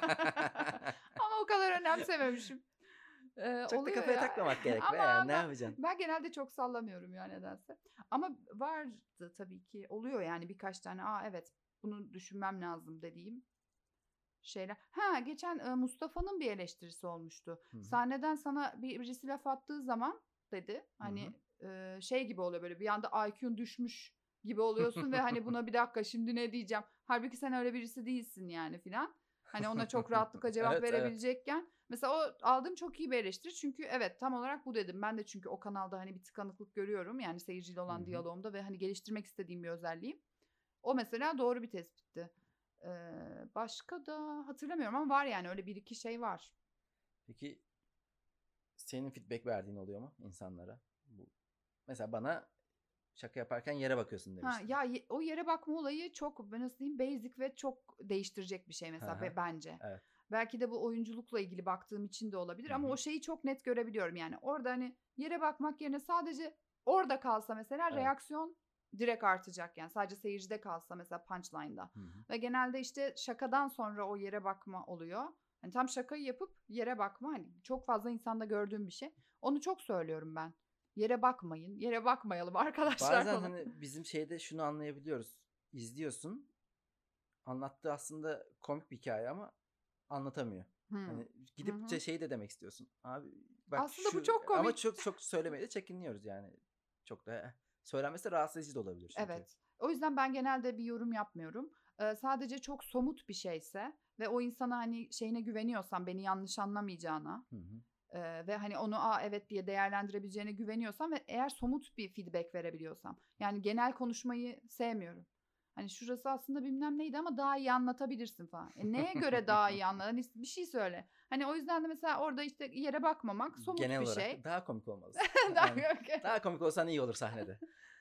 Ama o kadar önemsememişim. Ee, Çok da oluyor kafaya ya. takmamak gerek be Ama yani ne ama yapacaksın? ben genelde çok sallamıyorum ya nedense. Ama vardı tabii ki. Oluyor yani birkaç tane. Aa evet bunu düşünmem lazım dediğim şeyler. Ha geçen e, Mustafa'nın bir eleştirisi olmuştu. Hı hı. Sahneden sana bir birisi laf attığı zaman dedi. Hı hı. Hani e, şey gibi oluyor böyle bir anda I Q'un düşmüş gibi oluyorsun ve hani buna bir dakika şimdi ne diyeceğim. Halbuki sen öyle birisi değilsin yani filan. Hani ona çok rahatlıkla cevap Evet evet. verebilecekken. Mesela o aldığım çok iyi bir eleştiri. Çünkü evet tam olarak bu dedim. Ben de çünkü o kanalda hani bir tıkanıklık görüyorum. Yani seyirciyle Hı olan hı. diyalogumda ve hani geliştirmek istediğim bir özelliğim. O mesela doğru bir tespitti. Ee, başka da hatırlamıyorum ama var yani öyle bir iki şey var. Peki senin feedback verdiğin oluyor mu insanlara? Bu mesela bana şaka yaparken yere bakıyorsun Ha demiştin. ya ye- o yere bakma olayı çok ben nasıl diyeyim basic ve çok değiştirecek bir şey Hı mesela hı. be- bence. Evet. Belki de bu oyunculukla ilgili baktığım için de olabilir Hı ama o hı. şeyi çok net görebiliyorum yani. Orada hani yere bakmak yerine sadece orada kalsa mesela Evet. reaksiyon direkt artacak yani. Sadece seyircide kalsa mesela punchline'da. Hı hı. Ve genelde işte şakadan sonra o yere bakma oluyor. Hani tam şakayı yapıp yere bakma hani çok fazla insanda gördüğüm bir şey. Onu çok söylüyorum ben. Yere bakmayın, yere bakmayalım arkadaşlar Bazen falan. hani bizim şeyde şunu anlayabiliyoruz. İzliyorsun. Anlattığı aslında komik bir hikaye ama anlatamıyor. Hı. Hani Hı gidip de hı. şey de demek istiyorsun. Abi bak Aslında bu şu çok ama komik. çok çok söylemeye de çekiniyoruz yani. Çok da eh, söylenmesi de rahatsız edici de olabilir çünkü. Evet. O yüzden ben genelde bir yorum yapmıyorum. Eee, sadece çok somut bir şeyse ve o insana, hani, şeyine güveniyorsam, beni yanlış anlamayacağına, Hı hı. eee, ve, hani, onu, "A, evet." diye değerlendirebileceğine güveniyorsam ve eğer somut bir feedback verebiliyorsam. Yani genel konuşmayı sevmiyorum. Hani, "Şurası aslında bilmem neydi ama daha iyi anlatabilirsin." falan. E, neye göre daha iyi anla Hani, bir şey söyle. Hani, o yüzden de mesela orada, işte, yere bakmamak somut Genel bir olarak şey. daha komik olmalısın. Daha Yani daha komik olsan iyi olur sahnede.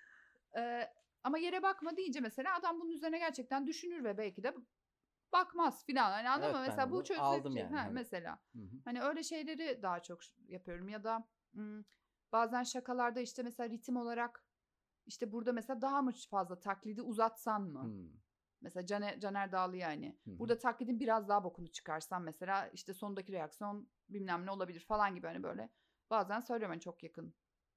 Eee, ama yere bakma deyince mesela adam bunun üzerine gerçekten düşünür ve belki de bakmaz filan. Hani anladın mı? Evet ben Mesela bu onu aldım çözülebilecek. yani Ha, hani. mesela. Hı hı. Hani öyle şeyleri daha çok ş- yapıyorum ya da ım, bazen şakalarda işte mesela ritim olarak işte burada mesela daha mı fazla taklidi uzatsan mı? Hı. Mesela Caner, Caner Dağlı yani. Hı hı. Burada taklidin biraz daha bokunu çıkarsan mesela işte sondaki reaksiyon bilmem ne olabilir falan gibi hani böyle. Bazen söylüyorum hani çok yakın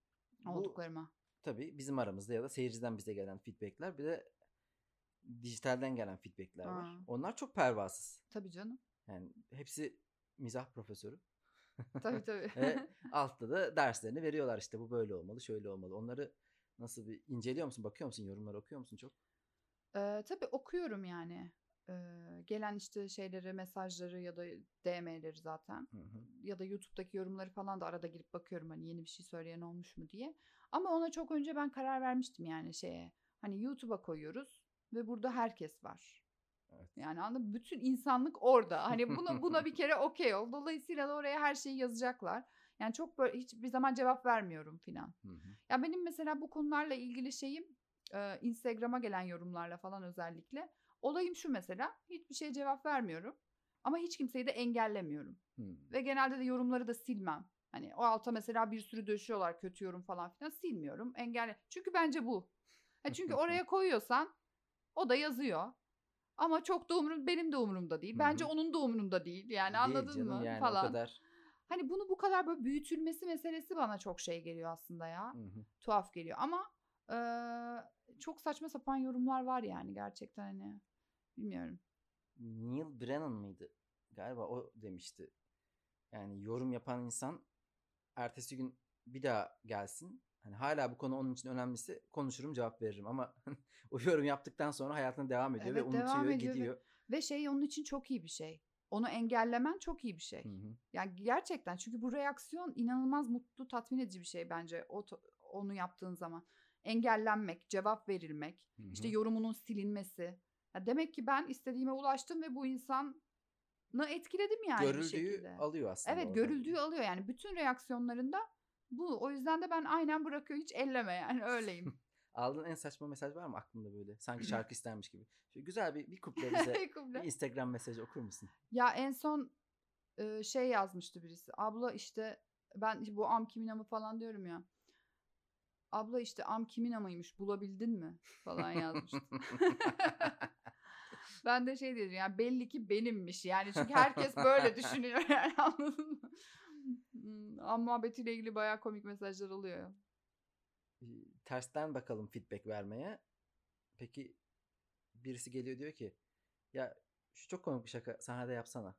Bu olduklarıma. tabii bizim aramızda ya da seyirciden bize gelen feedbackler bir de dijitalden gelen feedbackler var. Ha, Onlar çok pervasız. tabii canım. Yani hepsi mizah profesörü. Tabii tabii. Ve altta da derslerini veriyorlar işte bu böyle olmalı, şöyle olmalı. Onları nasıl bir inceliyor musun, bakıyor musun, yorumları okuyor musun çok? Eee, tabii okuyorum yani. Eee, gelen işte şeyleri, mesajları ya da D M'leri zaten Hı hı. ya da YouTube'daki yorumları falan da arada girip bakıyorum hani yeni bir şey söyleyen olmuş mu diye. Ama ona çok önce ben karar vermiştim yani şeye. Hani YouTube'a koyuyoruz ve burada herkes var. Evet. Yani anladın mı? Bütün insanlık orada. Hani buna buna bir kere okey ol. Dolayısıyla da oraya her şeyi yazacaklar. Yani çok böyle hiçbir zaman cevap vermiyorum filan. Hı hı. Ya benim mesela bu konularla ilgili şeyim e, Instagram'a gelen yorumlarla falan özellikle. Olayım şu mesela hiçbir şeye cevap vermiyorum. Ama hiç kimseyi de engellemiyorum. Hmm. Ve genelde de yorumları da silmem. Hani o alta mesela bir sürü döşüyorlar, kötü yorum falan filan, silmiyorum. Engelle. Çünkü bence bu. Ha çünkü oraya koyuyorsan o da yazıyor. Ama çok da umurumda, benim de umurumda değil. Hı Bence hı. onun da umurunda değil. Yani Değil anladın canım mı yani o falan. kadar. Hani bunu bu kadar böyle büyütülmesi meselesi bana çok şey geliyor aslında ya. Hı hı. Tuhaf geliyor ama eee, çok saçma sapan yorumlar var yani gerçekten hani. Bilmiyorum. Neil Brennan mıydı? Galiba o demişti. Yani yorum yapan insan ertesi gün bir daha gelsin. Hani hala bu konu onun için önemliyse konuşurum, cevap veririm ama o yorum yaptıktan sonra hayatına devam ediyor ve Evet, devam unutuyor, ediyor ve gidiyor. ve şey onun için çok iyi bir şey. Onu engellemen çok iyi bir Hı şey. hı. Yani gerçekten çünkü bu reaksiyon inanılmaz mutlu, tatmin edici bir şey bence o to- onu yaptığın zaman. Engellenmek, cevap verilmek, Hı işte hı. yorumunun silinmesi. Ya demek ki ben istediğime ulaştım ve bu insanı etkiledim yani bir Görüldüğü şekilde. alıyor aslında Evet, orada. görüldüğü alıyor yani bütün reaksiyonlarında bu. O yüzden de ben aynen bırakıyor, hiç elleme yani öyleyim. Aldığın en saçma mesaj var mı aklında böyle? Sanki şarkı istermiş gibi. Şöyle güzel bir, bir kuple bize bir Kuble. Instagram mesajı okur musun? Ya en son e, şey yazmıştı birisi. Abla işte ben bu am kimin amı falan diyorum ya. Abla işte am kimin amıymış bulabildin mi falan yazmıştı. Ben de şey dedim yani belli ki benimmiş yani çünkü herkes böyle düşünüyor yani anladın mı? Hmm, Am muhabbetiyle ilgili bayağı komik mesajlar oluyor. Ee, Tersten bakalım feedback vermeye. Peki birisi geliyor diyor ki ya şu çok komik bir şaka sana da yapsana.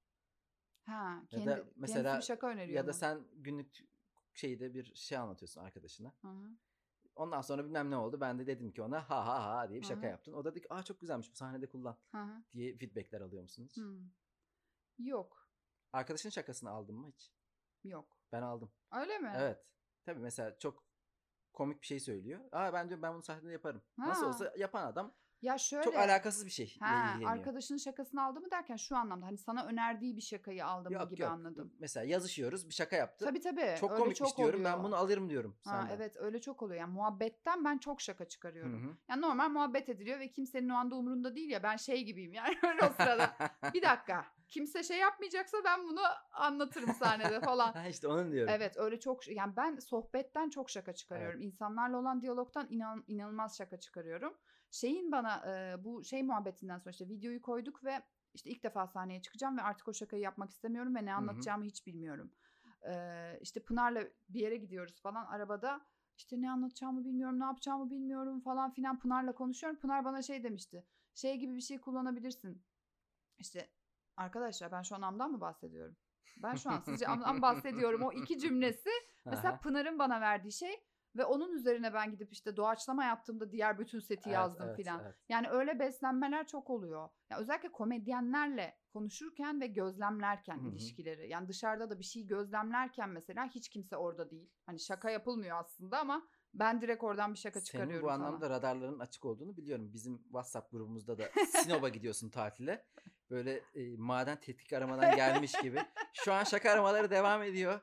Ha, Ya da kendi kendisi bir mesela şaka öneriyor ya da mu? sen günlük şeyde bir şey anlatıyorsun arkadaşına. Hı hı. Ondan sonra bilmem ne oldu. Ben de dedim ki ona ha ha ha diye bir Hı şaka hı. yaptın. O da dedi ki aa çok güzelmiş bu sahnede kullan Hı hı. diye feedbackler alıyor musun hiç? Hmm. Yok. Arkadaşın şakasını aldın mı hiç? Yok. Ben aldım. Öyle mi? Evet. Tabii mesela çok komik bir şey söylüyor. Aa ben diyorum ben bunu sahnede yaparım. Nasıl Ha. olsa yapan adam Ya çok şöyle. alakasız bir şeyle Ha, ilgileniyor. arkadaşının şakasını aldı mı derken şu anlamda hani sana önerdiği bir şakayı aldım mı Yok gibi yok. anladım. Mesela yazışıyoruz bir şaka yaptı. Tabii tabii Çok öyle komikmiş çok diyorum ben oluyor. bunu alırım diyorum Ha, senden. evet öyle çok oluyor. Yani muhabbetten ben çok şaka Hı çıkarıyorum. hı. Yani normal muhabbet ediliyor ve kimsenin o anda umurunda değil ya ben şey gibiyim yani öyle o sırada. Bir dakika kimse şey yapmayacaksa ben bunu anlatırım sahnede falan. Ha işte onun diyorum. Evet öyle çok yani ben sohbetten çok şaka Evet. çıkarıyorum. İnsanlarla olan diyalogtan inan, inanılmaz şaka çıkarıyorum. Şeyin bana e, bu şey muhabbetinden sonra işte videoyu koyduk ve işte ilk defa sahneye çıkacağım ve artık o şakayı yapmak istemiyorum ve ne Hı hı. anlatacağımı hiç bilmiyorum. Ee, işte Pınar'la bir yere gidiyoruz falan arabada. İşte ne anlatacağımı bilmiyorum, ne yapacağımı bilmiyorum falan filan Pınar'la konuşuyorum. Pınar bana şey demişti. Şey gibi bir şey kullanabilirsin. İşte arkadaşlar ben şu an amdan mı bahsediyorum? Ben şu an sizce amdan bahsediyorum. O iki cümlesi mesela Aha. Pınar'ın bana verdiği şey ve onun üzerine ben gidip işte doğaçlama yaptığımda diğer bütün seti Evet, yazdım evet, filan. evet. Yani öyle beslenmeler çok oluyor. Ya özellikle komedyenlerle konuşurken ve gözlemlerken Hı hı. ilişkileri. Yani dışarıda da bir şey gözlemlerken mesela hiç kimse orada değil. Hani şaka yapılmıyor aslında ama ben direkt oradan bir şaka Senin bu çıkarıyorum falan. anlamda radarların açık olduğunu biliyorum. Bizim WhatsApp grubumuzda da Sinop'a gidiyorsun tatile. Böyle e, maden tetkik aramadan gelmiş gibi. Şu an şaka aramaları devam ediyor.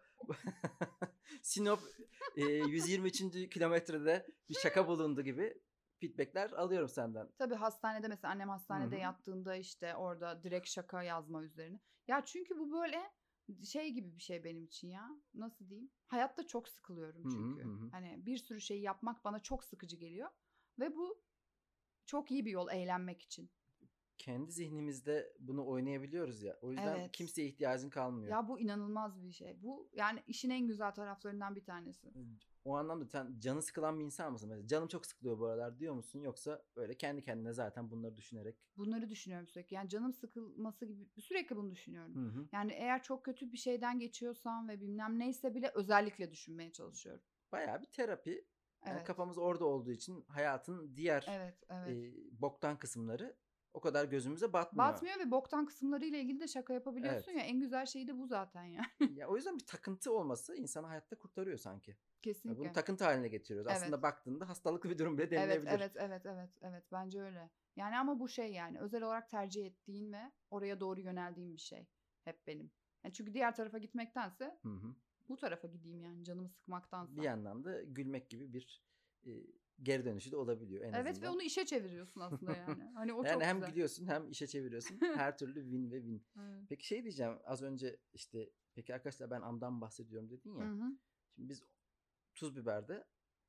Sinop e, yüz yirmi üçüncü kilometrede bir şaka bulundu gibi feedbackler alıyorum senden. Tabii hastanede mesela annem Hı hastanede hı. yattığında işte orada direkt şaka yazma üzerine. Ya çünkü bu böyle şey gibi bir şey benim için ya. Nasıl diyeyim? Hayatta çok sıkılıyorum Hı hı hı. çünkü. Hı. Hani bir sürü şeyi yapmak bana çok sıkıcı geliyor. Ve bu çok iyi bir yol eğlenmek için. Kendi zihnimizde bunu oynayabiliyoruz ya. O yüzden Evet. kimseye ihtiyacın kalmıyor. Ya bu inanılmaz bir şey. Bu yani işin en güzel taraflarından bir tanesi. O anlamda sen canı sıkılan bir insan mısın? Mesela canım çok sıkılıyor bu aralar diyor musun? Yoksa böyle kendi kendine zaten bunları düşünerek. Bunları düşünüyorum sürekli. Yani canım sıkılması gibi sürekli bunu düşünüyorum. Hı hı. Yani eğer çok kötü bir şeyden geçiyorsam ve bilmem neyse bile özellikle düşünmeye çalışıyorum. Bayağı bir terapi. Yani Evet. kafamız orada olduğu için hayatın diğer Evet, e, evet. boktan kısımları o kadar gözümüze batmıyor. Batmıyor ve boktan kısımlarıyla ilgili de şaka yapabiliyorsun Evet. ya. En güzel şey de bu zaten yani. Ya o yüzden bir takıntı olması insanı hayatta kurtarıyor sanki. Ya bunu Kesinlikle. takıntı haline getiriyoruz. Evet. Aslında baktığında hastalıklı bir durum bile Evet, denilebilir. evet, evet, evet, evet. Bence öyle. Yani ama bu şey yani özel olarak tercih ettiğin ve oraya doğru yöneldiğin bir şey. Hep benim. Yani çünkü diğer tarafa gitmektense Hı hı. bu tarafa gideyim yani canımı Bir sıkmaktansa. yandan da gülmek gibi bir e, geri dönüşü de olabiliyor en Evet ve azından. onu işe çeviriyorsun aslında yani. Hani o Yani çok hem güzel. gülüyorsun hem işe çeviriyorsun. Her türlü win ve win. Evet. Peki şey diyeceğim, az önce işte peki arkadaşlar ben andan bahsediyorum dedin Hı ya. hı. Şimdi biz Tuz Biber'de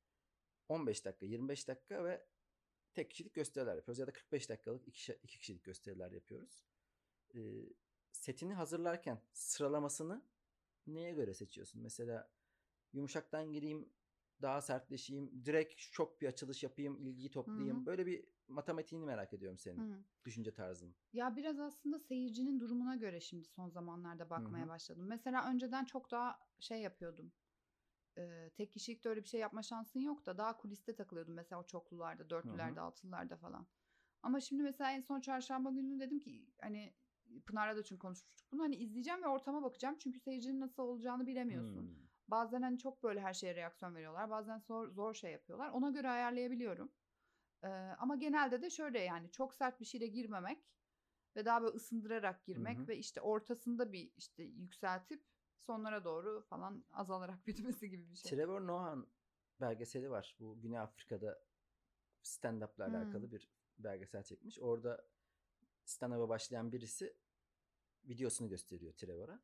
on beş dakika, yirmi beş dakika ve tek kişilik gösteriler yapıyoruz. Ya da kırk beş dakikalık iki, iki kişilik gösteriler yapıyoruz. Ee, setini hazırlarken sıralamasını neye göre seçiyorsun? Mesela yumuşaktan gireyim, daha sertleşeyim, direkt şok bir açılış yapayım, ilgiyi Hı hı. toplayayım. Böyle bir matematiğini merak ediyorum Hı senin. hı. Düşünce tarzın. Ya biraz aslında seyircinin durumuna göre şimdi son zamanlarda Hı bakmaya hı. başladım. Mesela önceden çok daha şey yapıyordum. Ee, tek kişilikte öyle bir şey yapma şansın yok da daha kuliste takılıyordum mesela o çoklularda, Hı hı. dörtlülerde, altılılarda falan. Ama şimdi mesela en son çarşamba günü dedim ki hani Pınar'la da çünkü konuşmuştuk bunu hani izleyeceğim ve ortama bakacağım çünkü seyircinin nasıl olacağını bilemiyorsun. Hmm. Bazen hani çok böyle her şeye reaksiyon veriyorlar, bazen zor, zor şey yapıyorlar. Ona göre ayarlayabiliyorum. Ee, ama genelde de şöyle yani çok sert bir şeyle girmemek ve daha böyle ısındırarak Hı girmek hı. ve işte ortasında bir işte yükseltip sonlara doğru falan azalarak bitmesi gibi bir şey. Trevor Noah'ın belgeseli var. Bu Güney Afrika'da stand-up'la Hmm. alakalı bir belgesel çekmiş. Orada stand-up'a başlayan birisi videosunu gösteriyor Trevor'a.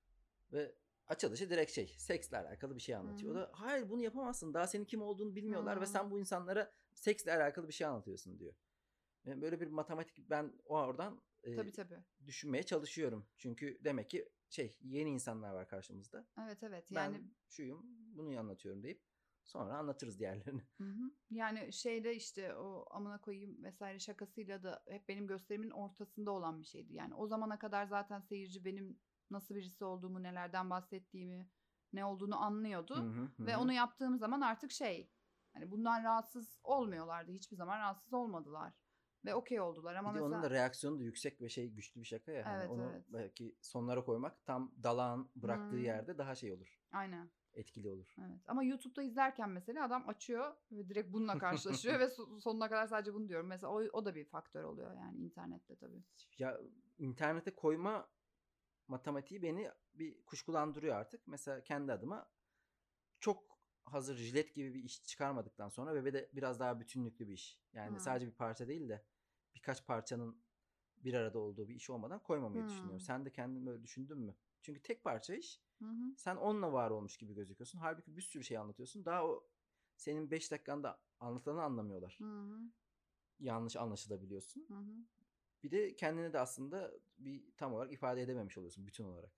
Ve açılışı direkt şey, seksle alakalı bir şey Hı anlatıyor. O hı. da hayır bunu yapamazsın. Daha senin kim olduğunu bilmiyorlar ve Hmm. sen bu insanlara seksle alakalı bir şey anlatıyorsun diyor. Yani böyle bir matematik ben o oradan e, Tabii tabii. düşünmeye çalışıyorum. Çünkü demek ki şey yeni insanlar var karşımızda. Evet evet yani Ben şuyum bunu anlatıyorum deyip sonra anlatırız diğerlerini. hı hı. Yani şeyde işte o amına koyayım vesaire şakasıyla da hep benim gösterimin ortasında olan bir şeydi. Yani o zamana kadar zaten seyirci benim nasıl birisi olduğumu, nelerden bahsettiğimi, ne olduğunu Hı anlıyordu. hı hı. Ve Hı. onu yaptığım zaman artık şey hani bundan rahatsız olmuyorlardı. Hiçbir zaman rahatsız olmadılar. Ve okey oldular ama Bir de onun da mesela reaksiyonu da yüksek ve şey güçlü bir şaka ya. Hani evet onu evet. belki sonlara koymak tam dalağın bıraktığı Hı, yerde daha şey olur. aynen. Etkili olur. Evet. Ama YouTube'da izlerken mesela adam açıyor ve direkt bununla karşılaşıyor ve so- sonuna kadar sadece bunu diyorum. Mesela o, o da bir faktör oluyor yani internette tabii. Ya internete koyma matematiği beni bir kuşkulandırıyor artık. Mesela kendi adıma çok hazır jilet gibi bir iş çıkarmadıktan sonra ve bir de biraz daha bütünlüklü bir iş. Yani Hmm. sadece bir parça değil de birkaç parçanın bir arada olduğu bir iş olmadan koymamayı düşünüyorum. Hmm. Sen de kendin böyle düşündün mü? Çünkü tek parça iş. Hı hı. Sen onunla var olmuş gibi gözüküyorsun. Halbuki bir sürü şey anlatıyorsun. Daha o senin beş dakikanda anlatılanı anlamıyorlar. Hı hı. Yanlış anlaşılabiliyorsun. Hı hı. Bir de kendini de aslında bir tam olarak ifade edememiş oluyorsun bütün olarak.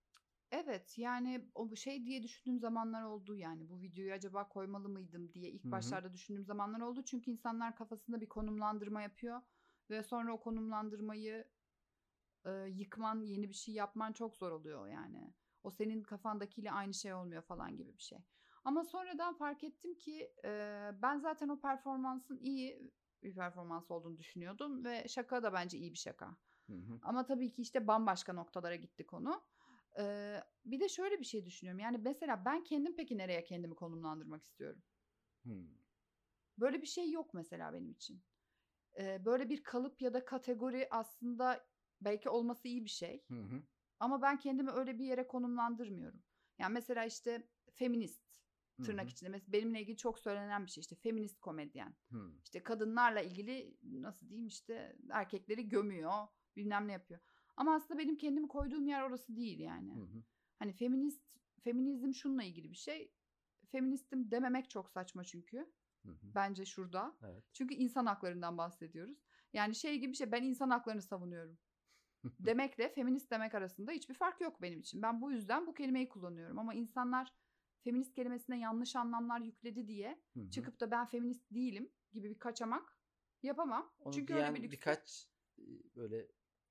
Evet yani o bu şey diye düşündüğüm zamanlar oldu yani bu videoyu acaba koymalı mıydım diye Hı ilk hı. başlarda düşündüğüm zamanlar oldu. Çünkü insanlar kafasında bir konumlandırma yapıyor ve sonra o konumlandırmayı e, yıkman, yeni bir şey yapman çok zor oluyor yani. O senin kafandakiyle aynı şey olmuyor falan gibi bir şey. Ama sonradan fark ettim ki e, ben zaten o performansın iyi bir performans olduğunu düşünüyordum ve şaka da bence iyi bir şaka. Hı hı. Ama tabii ki işte bambaşka noktalara gitti konu. Ee, bir de şöyle bir şey düşünüyorum. Yani mesela ben kendim peki nereye kendimi konumlandırmak istiyorum? Hı Böyle bir şey yok mesela benim için. Ee, böyle bir kalıp ya da kategori aslında belki olması iyi bir şey. hı. Hı. Ama ben kendimi öyle bir yere konumlandırmıyorum. Yani mesela işte feminist Hı tırnak hı. içinde mesela benimle ilgili çok söylenen bir şey işte feminist komedyen. Hı. İşte kadınlarla ilgili nasıl diyeyim işte erkekleri gömüyor, bilmem ne yapıyor. Ama aslında benim kendimi koyduğum yer orası değil Hı yani. hı. Hani feminist feminizm şununla ilgili bir şey. Feministim dememek çok saçma çünkü. Hı hı. Bence şurada. Evet. Çünkü insan haklarından bahsediyoruz. Yani şey gibi bir şey ben insan haklarını savunuyorum demekle feminist demek arasında hiçbir fark yok benim için. Ben bu yüzden bu kelimeyi kullanıyorum ama insanlar feminist kelimesine yanlış anlamlar yükledi diye Hı hı. çıkıp da ben feminist değilim gibi bir kaçamak yapamam. Onu Çünkü öyle bir diyen lüksüm. birkaç e, böyle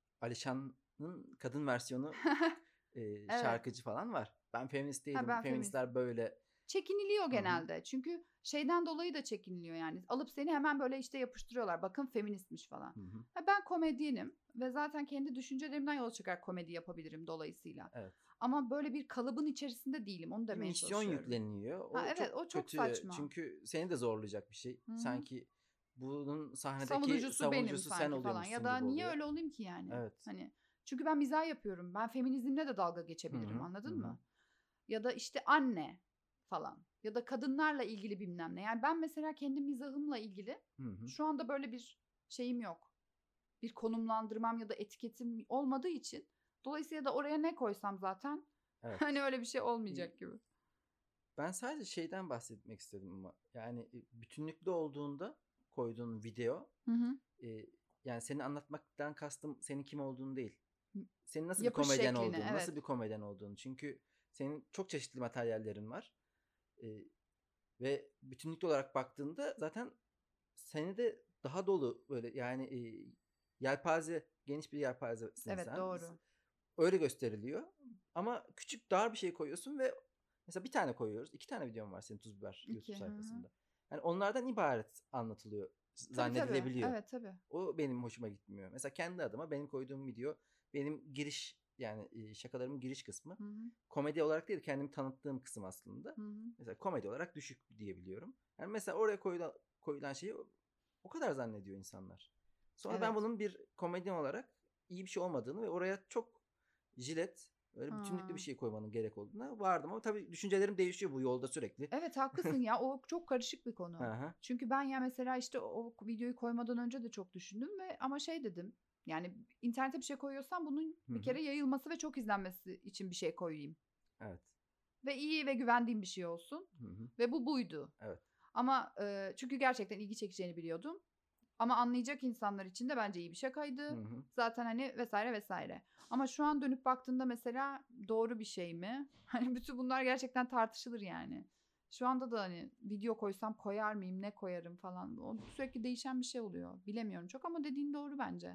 Alişan'ın kadın versiyonu e, Evet. şarkıcı falan var. Ben feminist Ha değilim. ben feministim. Feministler böyle. Çekiniliyor Hı hı. genelde. Çünkü şeyden dolayı da çekiniliyor yani. Alıp seni hemen böyle işte yapıştırıyorlar. Bakın feministmiş falan. Hı hı. Ha ben komedyenim ve zaten kendi düşüncelerimden yola çıkarak komedi yapabilirim dolayısıyla. Evet. Ama böyle bir kalıbın içerisinde değilim. Onu Bir demeye misyon çalışıyorum. yükleniyor. Ha O evet çok o çok kötü. saçma. Çünkü seni de zorlayacak bir şey. Hı hı. Sanki bunun sahnedeki Savunucusu benim savunucusu sen sanki falan. Ya oluyormuşsun da gibi niye oluyor. öyle olayım ki yani? Evet. Hani çünkü ben mizah yapıyorum. Ben feminizmle de dalga Hı geçebilirim hı. Hı anladın hı. mı? Ya da işte anne falan. ya da kadınlarla ilgili bilmem ne. Yani ben mesela kendi mizahımla ilgili Hı hı. şu anda böyle bir şeyim yok. Bir konumlandırmam ya da etiketim olmadığı için dolayısıyla da oraya ne koysam zaten Evet. hani öyle bir şey İ olmayacak gibi. Ben sadece şeyden bahsetmek istedim ama yani e, bütünlüklü olduğunda koyduğun video Hı hı. e, yani seni anlatmaktan kastım senin kim olduğunu değil. Senin nasıl bir Yapış komedyen şekline, olduğunu, nasıl evet. bir komedyen olduğunu. Çünkü senin çok çeşitli materyallerin var. E, ve bütünlüklü olarak baktığında zaten seni de daha dolu böyle yani e, yelpaze, geniş bir yelpazesin Evet, sen. doğru. Öyle gösteriliyor. Ama küçük dar bir şey koyuyorsun ve mesela bir tane koyuyoruz. iki tane videom var senin Tuz Biber YouTube İki. Hı hı. sayfasında. Yani onlardan ibaret anlatılıyor. Tabii tabii. Zannedilebiliyor. Evet tabii. O benim hoşuma gitmiyor. Mesela kendi adıma benim koyduğum video benim giriş yani e, şakalarımın giriş kısmı. Hı hı. Komedi olarak değil kendimi tanıttığım kısım aslında. Hı hı. Mesela komedi olarak düşük diyebiliyorum. Yani mesela oraya koyulan, koyulan şeyi o, o kadar zannediyor insanlar. Sonra ben Evet. bunun bir komedyen olarak iyi bir şey olmadığını ve oraya çok jilet böyle bütünlüklü bir Ha. şey koymanın gerek olduğuna vardım ama tabii düşüncelerim değişiyor bu yolda sürekli. Evet haklısın ya, o çok karışık bir konu. Aha. Çünkü ben ya mesela işte o videoyu koymadan önce de çok düşündüm ve ama şey dedim. Yani internete bir şey koyuyorsam bunun Hı bir hı. kere yayılması ve çok izlenmesi için bir şey koyayım. Evet. Ve iyi ve güvendiğim bir şey olsun. Hı hı. Ve bu buydu. Evet. Ama e, çünkü gerçekten ilgi çekeceğini biliyordum. Ama anlayacak insanlar için de bence iyi bir şakaydı. Hı hı. Zaten hani vesaire vesaire. Ama şu an dönüp baktığında mesela doğru bir şey mi? Hani bütün bunlar gerçekten tartışılır yani. Şu anda da hani video koysam koyar mıyım, ne koyarım falan. O sürekli değişen bir şey oluyor. Bilemiyorum çok ama dediğin doğru bence.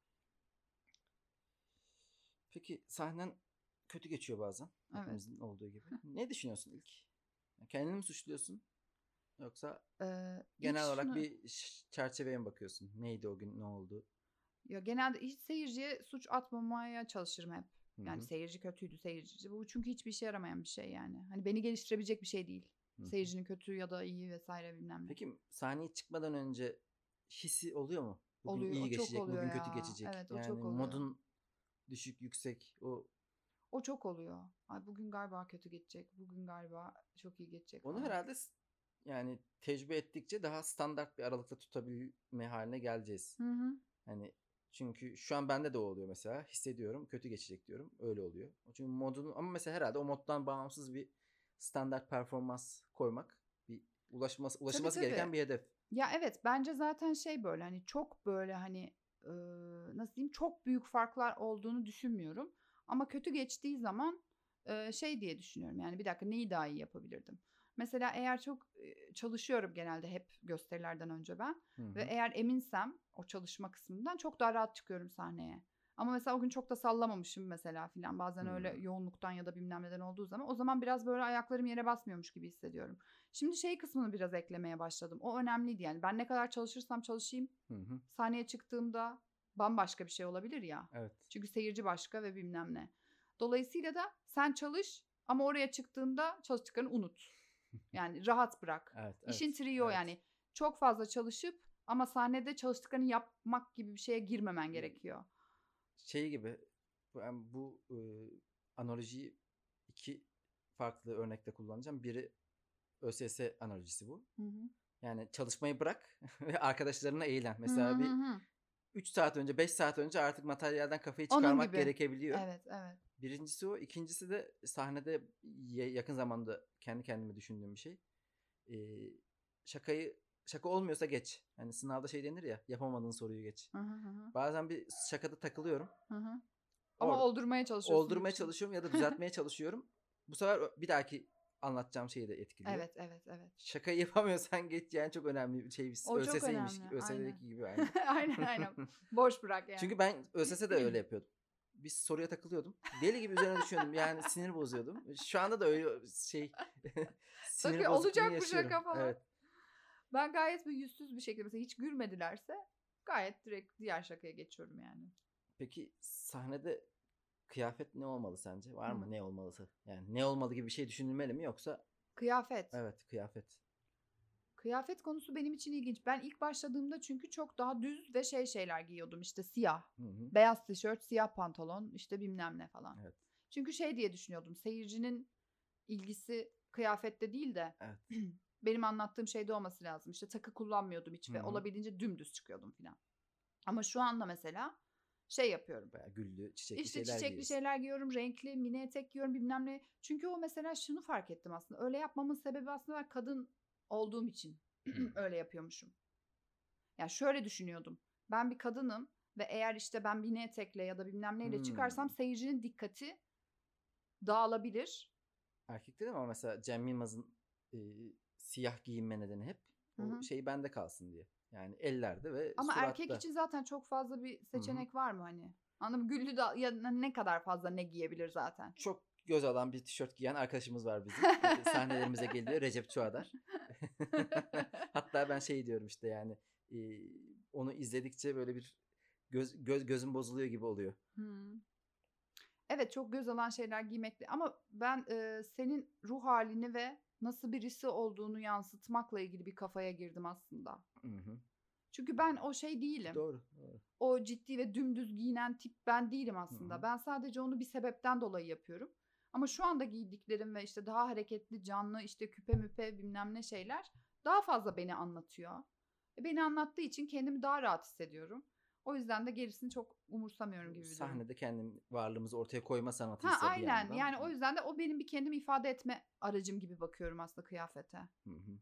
Peki sahnen kötü geçiyor bazen. Evet. Hepimizin olduğu gibi. Ne düşünüyorsun ilk? Kendini mi suçluyorsun? Yoksa Ee, ilk genel olarak şunu bir ş- çerçeveye mi bakıyorsun? Neydi o gün, ne oldu? ya genelde hiç seyirciye suç atmamaya çalışırım hep. Hı Yani hı. seyirci kötüydü seyirci. Bu çünkü hiçbir işe yaramayan bir şey yani. Hani beni geliştirebilecek bir şey değil. Hı hı. Seyircinin kötü ya da iyi vesaire bilmem ne. Peki sahneye çıkmadan önce hissi oluyor mu? Bugün Oluyor. O iyi çok geçecek, oluyor bugün kötü ya. geçecek. Evet o Yani çok oluyor. modun düşük, yüksek. O O çok oluyor. Ay bugün galiba kötü geçecek. Bugün galiba çok iyi geçecek onu falan. herhalde s- yani tecrübe ettikçe daha standart bir aralıkta tutabilme haline geleceğiz. Hı hı. Hani çünkü şu an bende de o oluyor mesela. Hissediyorum, kötü geçecek diyorum. Öyle oluyor. Çünkü modunu ama mesela herhalde o moddan bağımsız bir standart performans koymak bir ulaşması Tabii ulaşılması tabii. gereken bir hedef. Ya evet bence zaten şey böyle hani çok böyle hani e, nasıl diyeyim çok büyük farklar olduğunu düşünmüyorum. Ama kötü geçtiği zaman e, şey diye düşünüyorum yani bir dakika neyi daha iyi yapabilirdim? Mesela eğer çok e, çalışıyorum genelde hep gösterilerden önce ben Hı ve hı. eğer eminsem o çalışma kısmından çok daha rahat çıkıyorum sahneye. Ama mesela o gün çok da sallamamışım mesela filan bazen öyle Hı. yoğunluktan ya da bilmem neden olduğu zaman o zaman biraz böyle ayaklarım yere basmıyormuş gibi hissediyorum. Şimdi şey kısmını biraz eklemeye başladım. O önemliydi yani. Ben ne kadar çalışırsam çalışayım Hı hı. sahneye çıktığımda bambaşka bir şey olabilir ya. Evet. Çünkü seyirci başka ve bilmem ne. Dolayısıyla da sen çalış ama oraya çıktığında çalıştıklarını unut. Yani rahat bırak. Evet, evet. İşin triği o Evet. yani. Çok fazla çalışıp ama sahnede çalıştıklarını yapmak gibi bir şeye girmemen gerekiyor. Şey gibi ben bu e, analojiyi iki farklı örnekte kullanacağım. Biri ÖSS analojisi bu. Hı hı. Yani çalışmayı bırak ve arkadaşlarına eğlen. Hı hı Mesela hı bir hı. üç saat önce, beş saat önce artık materyalden kafayı Onun çıkarmak gibi. gerekebiliyor. Evet, evet. Birincisi o. İkincisi de sahnede yakın zamanda kendi kendime düşündüğüm bir şey. Ee, şakayı şaka olmuyorsa geç. Hani sınavda şey denir ya, yapamadığın soruyu geç. Hı hı hı. Bazen bir şakada takılıyorum. Hı hı. Ama Or oldurmaya çalışıyorsun oldurmaya bütün. çalışıyorum ya da düzeltmeye çalışıyorum. Bu sefer bir dahaki anlatacağım şeyi de etkiliyor. Evet, evet, evet. Şakayı yapamıyorsan geç yani çok önemli bir şey. O çok ÖSS'ymiş. önemli. Aynen. ÖSS'deki gibi aynı. Aynen aynen. Boş bırak yani. Çünkü ben ÖSS'de öyle yapıyordum. Bir soruya takılıyordum. Deli gibi üzerine düşüyordum. Yani sinir bozuyordum. Şu anda da öyle şey sinir Tabii bozukluğunu olacak bu yaşıyorum. şaka falan. Evet. Ben gayet bir yüzsüz bir şekilde mesela hiç gülmedilerse gayet direkt diğer şakaya geçiyorum yani. Peki sahnede kıyafet ne olmalı sence? Var Hı. mı ne olmalısı? Yani ne olmalı gibi bir şey düşünülmeli mi yoksa Kıyafet. evet kıyafet. Kıyafet konusu benim için ilginç. Ben ilk başladığımda çünkü çok daha düz ve şey şeyler giyiyordum işte siyah. Hı hı. Beyaz tişört, siyah pantolon işte bilmem ne falan. Evet. Çünkü şey diye düşünüyordum seyircinin ilgisi kıyafette değil de Evet. benim anlattığım şeyde olması lazım. İşte takı kullanmıyordum hiç Hı ve hı. olabildiğince dümdüz çıkıyordum filan. Ama şu anda mesela şey yapıyorum. Bayağı güllü, çiçekli İşte şeyler çiçekli giyiyorsun. şeyler giyiyorum, renkli mini etek giyiyorum bilmem ne. Çünkü o mesela şunu fark ettim aslında. Öyle yapmamın sebebi aslında ben kadın olduğum için Hmm. öyle yapıyormuşum. Yani şöyle düşünüyordum. Ben bir kadınım ve eğer işte ben mini etekle ya da bilmem neyle Hmm. çıkarsam seyircinin dikkati dağılabilir. Erkekte de mi ama mesela Cem Yılmaz'ın e, siyah giyinme nedeni hep Hı o hı. şey bende kalsın diye. Yani ellerde ve Ama erkek suratta. için zaten çok fazla bir Hı hı. seçenek var mı hani? Anladın mı? Güllü da ya ne kadar fazla ne giyebilir zaten. Çok göz alan bir tişört giyen arkadaşımız var bizim. E, Sahnelerimize geliyor. Recep Çuadar. Hatta ben şey diyorum işte yani e, onu izledikçe böyle bir göz, göz gözüm bozuluyor gibi oluyor. Hmm. Evet, çok göz alan şeyler giymekle ama ben e, senin ruh halini ve nasıl birisi olduğunu yansıtmakla ilgili bir kafaya girdim aslında. Hı hı. Çünkü ben o şey değilim. Doğru, doğru. O ciddi ve dümdüz giyinen tip ben değilim Hı aslında. hı. Ben sadece onu bir sebepten dolayı yapıyorum. Ama şu anda giydiklerim ve işte daha hareketli, canlı, işte küpe müpe bilmem ne şeyler daha fazla beni anlatıyor. E, Beni anlattığı için kendimi daha rahat hissediyorum. O yüzden de gerisini çok umursamıyorum gibi bir durum. Sahnede kendim varlığımızı ortaya koyma Ha sanatıysa bir aynen yandan. yani o yüzden de o benim bir kendimi ifade etme aracım gibi bakıyorum aslında kıyafete. Hı hı.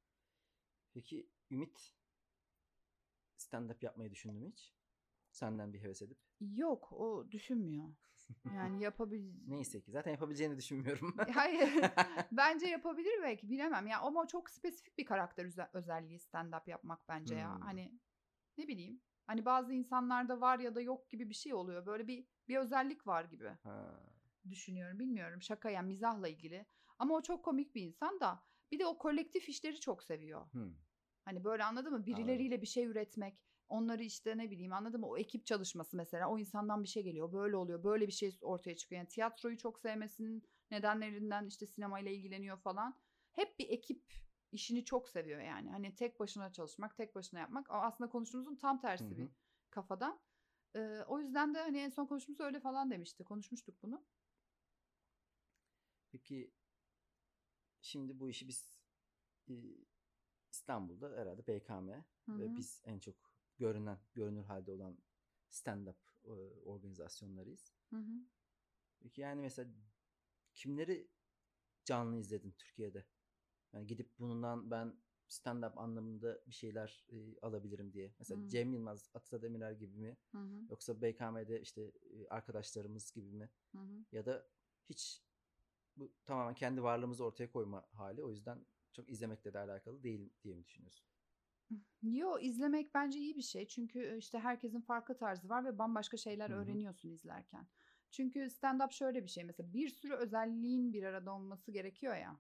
Peki Ümit stand-up yapmayı düşündü mü hiç? Senden bir heves edip. Yok o düşünmüyor. Yani yapabil... Neyse ki zaten yapabileceğini düşünmüyorum. Hayır. Bence yapabilir belki bilemem. Ya ama çok spesifik bir karakter öze- özelliği stand-up yapmak bence ya. Hmm. Hani ne bileyim. Hani bazı insanlarda var ya da yok gibi bir şey oluyor. Böyle bir bir özellik var gibi Ha. düşünüyorum. Bilmiyorum. Şaka yani mizahla ilgili. Ama o çok komik bir insan da. Bir de o kolektif işleri çok seviyor. Hmm. Hani böyle anladın mı? Anladım. Birileriyle bir şey üretmek. Onları işte ne bileyim anladın mı? O ekip çalışması mesela. O insandan bir şey geliyor. Böyle oluyor. Böyle bir şey ortaya çıkıyor. Yani tiyatroyu çok sevmesinin nedenlerinden işte sinemayla ilgileniyor falan. Hep bir ekip işini çok seviyor yani. Hani tek başına çalışmak, tek başına yapmak. O aslında konuştuğumuzun tam Hı tersi hı. bir kafadan. Ee, o yüzden de hani en son konuştuğumuz öyle falan demişti. Konuşmuştuk bunu. Peki şimdi bu işi biz e, İstanbul'da herhalde B K M Hı ve hı. biz en çok görünen, görünür halde olan stand-up e, organizasyonlarıyız. Hı hı. Peki yani mesela kimleri canlı izledin Türkiye'de? Yani gidip bundan ben stand-up anlamında bir şeyler e, alabilirim diye. Hı Mesela hı. Cem Yılmaz, Atilla Demirer gibi mi? Hı hı. Yoksa B K M'de işte e, arkadaşlarımız gibi mi? Hı hı. Ya da hiç bu tamamen kendi varlığımızı ortaya koyma hali. O yüzden çok izlemekle de alakalı değil diye mi düşünüyorsun? Yo izlemek bence iyi bir şey. Çünkü işte herkesin farklı tarzı var ve bambaşka şeyler Hı hı. öğreniyorsun izlerken. Çünkü stand-up şöyle bir şey mesela bir sürü özelliğin bir arada olması gerekiyor ya.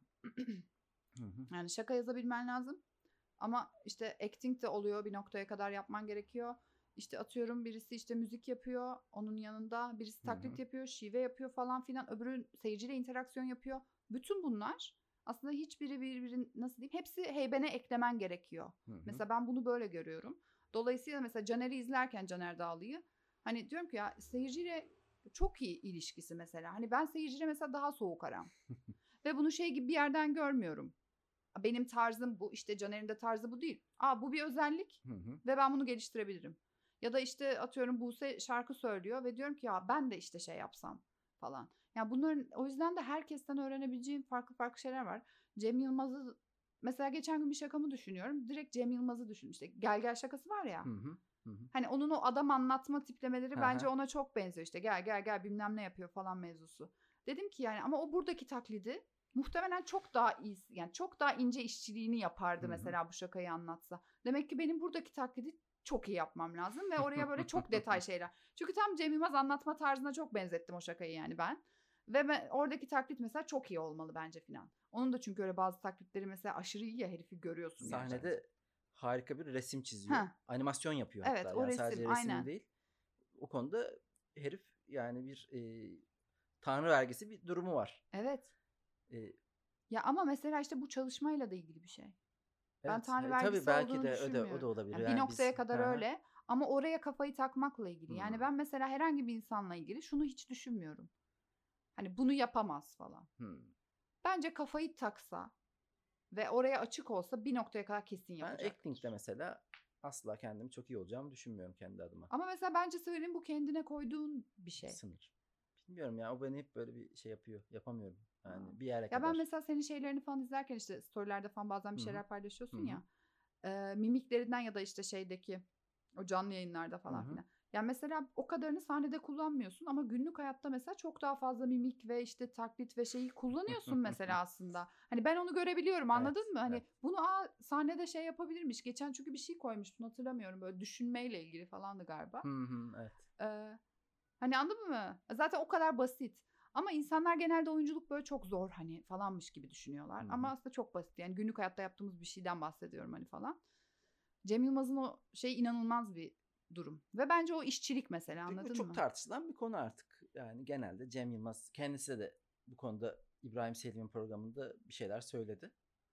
Hı hı. Yani şaka yazabilmen lazım. Ama işte acting de oluyor bir noktaya kadar yapman gerekiyor. İşte atıyorum birisi işte müzik yapıyor onun yanında birisi Hı hı. taklit yapıyor şive yapıyor falan filan öbürü seyirciyle interaksiyon yapıyor. Bütün bunlar aslında hiçbiri birbirini nasıl diyeyim hepsi heybene eklemen gerekiyor. Hı hı. Mesela ben bunu böyle görüyorum. Dolayısıyla mesela Caner'i izlerken Caner Dağlı'yı hani diyorum ki ya seyirciyle çok iyi ilişkisi mesela. Hani ben seyirciyle mesela daha soğuk aram. Ve bunu şey gibi bir yerden görmüyorum. Benim tarzım bu işte Caner'in de tarzı bu değil. Aa bu bir özellik Hı hı. ve ben bunu geliştirebilirim. Ya da işte atıyorum Buse şarkı söylüyor ve diyorum ki ya ben de işte şey yapsam falan. Ya bunların o yüzden de herkesten öğrenebileceğim farklı farklı şeyler var. Cem Yılmaz'ı mesela geçen gün bir şakamı düşünüyorum. Direkt Cem Yılmaz'ı düşün. İşte gel gel şakası var ya. Hı hı. Hı hı. Hani onun o adam anlatma tiplemeleri Hı bence hı. ona çok benziyor işte gel gel gel bilmem ne yapıyor falan mevzusu. Dedim ki yani ama o buradaki taklidi muhtemelen çok daha iyi yani çok daha ince işçiliğini yapardı Hı hı. mesela bu şakayı anlatsa. Demek ki benim buradaki taklidi çok iyi yapmam lazım ve oraya böyle çok detay şeyler. Çünkü tam Cem Yılmaz anlatma tarzına çok benzettim o şakayı yani ben. Ve ben, oradaki taklit mesela çok iyi olmalı bence filan. Onun da çünkü öyle bazı taklitleri mesela aşırı iyi ya herifi görüyorsun gerçekten. Sahnede harika bir resim çiziyor. Ha, Animasyon yapıyor evet hatta. o Yani resim sadece resim aynen. değil. O konuda herif yani bir e, tanrı vergisi bir durumu var. Evet. E, Ya ama mesela işte bu çalışmayla da ilgili bir şey. Ben evet. tanrı E, tabii vergisi belki olduğunu de o da, o da düşünmüyorum. olabilir. Yani bir Yani biz noktaya kadar hı hı. öyle ama oraya kafayı takmakla ilgili. Yani Hmm. ben mesela herhangi bir insanla ilgili şunu hiç düşünmüyorum. Hani bunu yapamaz falan. Hmm. bence kafayı taksa ve oraya açık olsa bir noktaya kadar kesin Ben yapacaktır. acting'de mesela asla kendimi çok iyi olacağımı düşünmüyorum kendi adıma. Ama mesela bence söyleyeyim, bu kendine koyduğun bir şey. Sınır. Bilmiyorum ya, o beni hep böyle bir şey yapıyor. Yapamıyorum. Yani Ha. bir yere Ya kadar. ben mesela senin şeylerini falan izlerken, işte storylerde falan bazen bir Hı hı. şeyler paylaşıyorsun Hı hı. ya. e, mimiklerinden ya da işte şeydeki o canlı yayınlarda Hı falan hı. filan. Yani mesela o kadarını sahnede kullanmıyorsun ama günlük hayatta mesela çok daha fazla mimik ve işte taklit ve şeyi kullanıyorsun mesela aslında. Hani ben onu görebiliyorum, Evet, anladın mı? Hani evet. bunu aa, sahnede şey yapabilirmiş. Geçen çünkü bir şey koymuştun, hatırlamıyorum, böyle düşünmeyle ilgili falandı galiba. Hı hı, evet. Ee, Hani anladın mı? Zaten o kadar basit. Ama insanlar genelde oyunculuk böyle çok zor hani falanmış gibi düşünüyorlar. Hı Ama hı. aslında çok basit. Yani günlük hayatta yaptığımız bir şeyden bahsediyorum hani falan. Cem Yılmaz'ın o şey inanılmaz bir durum. Ve bence o işçilik mesela, Çünkü bu anladın çok mı? tartışılan bir konu artık. Yani genelde Cem Yılmaz kendisi de bu konuda İbrahim Selim'in programında bir şeyler söyledi.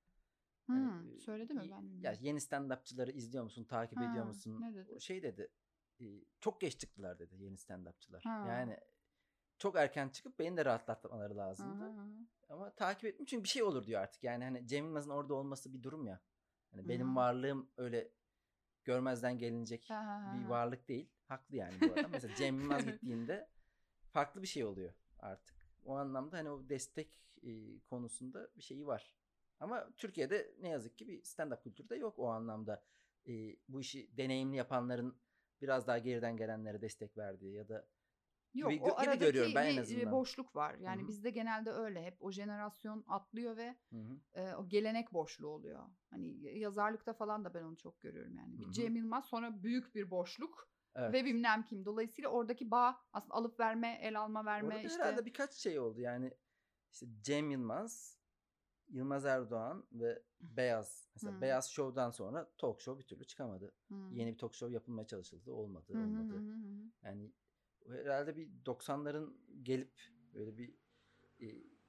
Hani Hmm, söyledi mi? e, Ben ya bilmiyorum. yeni stand-upçıları izliyor musun, takip ediyor Ha, musun? ne dedi? O şey dedi. e, Çok geç çıktılar dedi yeni stand-upçılar. Ha. Yani çok erken çıkıp beni de rahatlatmaları Hı hı lazımdı. hı. Ama takip ettim çünkü bir şey olur diyor artık. Yani hani Cem Yılmaz'ın orada olması bir durum ya. Hani Hı benim hı. varlığım öyle görmezden Ha, gelinecek ha, bir ha, varlık değil. Haklı yani bu adam. Mesela Cem Yılmaz ha. gittiğinde farklı bir şey oluyor artık. O anlamda hani o destek e, konusunda bir şeyi var. Ama Türkiye'de ne yazık ki bir stand-up kültürü de yok o anlamda. E, bu işi deneyimli yapanların biraz daha geriden gelenlere destek verdiği ya da Yok, gibi o gibi görüyorum aradaki ben en bir e, azından. boşluk var. Hı Yani hı. bizde genelde öyle. Hep o jenerasyon atlıyor ve Hı hı. e, o gelenek boşluğu oluyor. Hani yazarlıkta falan da ben onu çok görüyorum yani. Hı Bir hı. Cem Yılmaz, sonra büyük bir boşluk ve Evet. bilmem kim. Dolayısıyla oradaki bağ aslında alıp verme, el alma Orada verme da işte. herhalde birkaç şey oldu. Yani işte Cem Yılmaz, Yılmaz Erdoğan ve Beyaz. Mesela Hmm, Beyaz Show'dan sonra Talk Show bir türlü çıkamadı. hmm. Yeni bir talk show yapılmaya çalışıldı. Hı Olmadı, hı hı olmadı. hı hı. Yani herhalde bir doksanların gelip böyle bir e,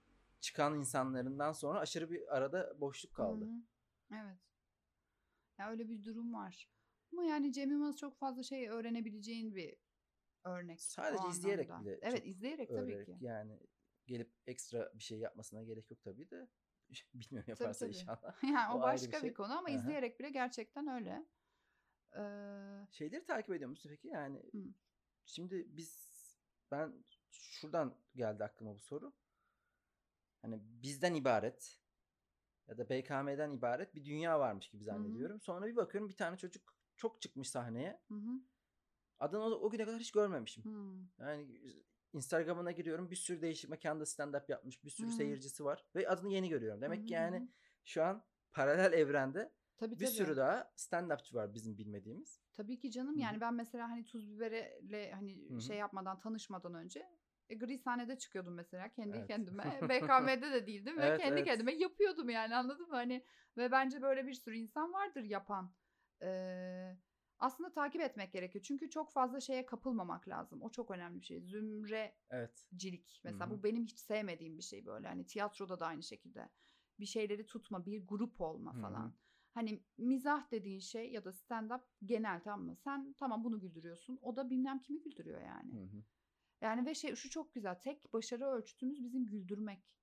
çıkan insanlarından sonra aşırı bir arada boşluk Hı kaldı. hı. Evet. Ya öyle bir durum var. Ama yani Cem Yılmaz çok fazla şey öğrenebileceğin bir örnek o Sadece izleyerek anlamda. bile Evet, çok izleyerek tabii öğrenerek ki. yani gelip ekstra bir şey yapmasına gerek yok tabii de. Bilmiyorum, Tabii yaparsa tabii. inşallah. Yani o O ayrı bir başka bir şey. konu ama Hı hı. izleyerek bile gerçekten öyle. Ee, Şeyleri takip ediyor musun peki? Yani hı. şimdi biz ben şuradan geldi aklıma bu soru. Hani bizden ibaret ya da B K M'den ibaret bir dünya varmış gibi Hı hı. zannediyorum. Sonra bir bakıyorum bir tane çocuk çok çıkmış sahneye. Hı hı. Adını o, o güne kadar hiç görmemişim. Hı. Yani Instagram'ına giriyorum, bir sürü değişik mekanda stand-up yapmış. Bir Hı sürü hı. seyircisi var. Ve adını yeni görüyorum. Hı hı. Demek ki Hı yani hı. şu an paralel evrende Tabii bir tabii. sürü daha stand-upçı var bizim bilmediğimiz. Tabii ki canım, Hı hı. yani ben mesela hani Tuz Biber'le Hı hani hı. şey yapmadan, tanışmadan önce e, gri sahnede çıkıyordum mesela kendi Evet. kendime. B K M'de de değildim ve Evet, kendi evet. kendime yapıyordum yani, anladın mı? Hani ve bence böyle bir sürü insan vardır yapan. Ee, Aslında takip etmek gerekiyor. Çünkü çok fazla şeye kapılmamak lazım. O çok önemli bir şey. Evet. Zümrecilik Hı mesela, hı. bu benim hiç sevmediğim bir şey böyle. Hani tiyatroda da aynı şekilde. Bir şeyleri tutma, bir grup olma Hı hı. falan. Hani mizah dediğin şey ya da stand-up genel, tamam mı? Sen tamam bunu güldürüyorsun. O da bilmem kimi güldürüyor Hı yani. hı. Yani ve şey, şu çok güzel. Tek başarı ölçütümüz bizim güldürmek.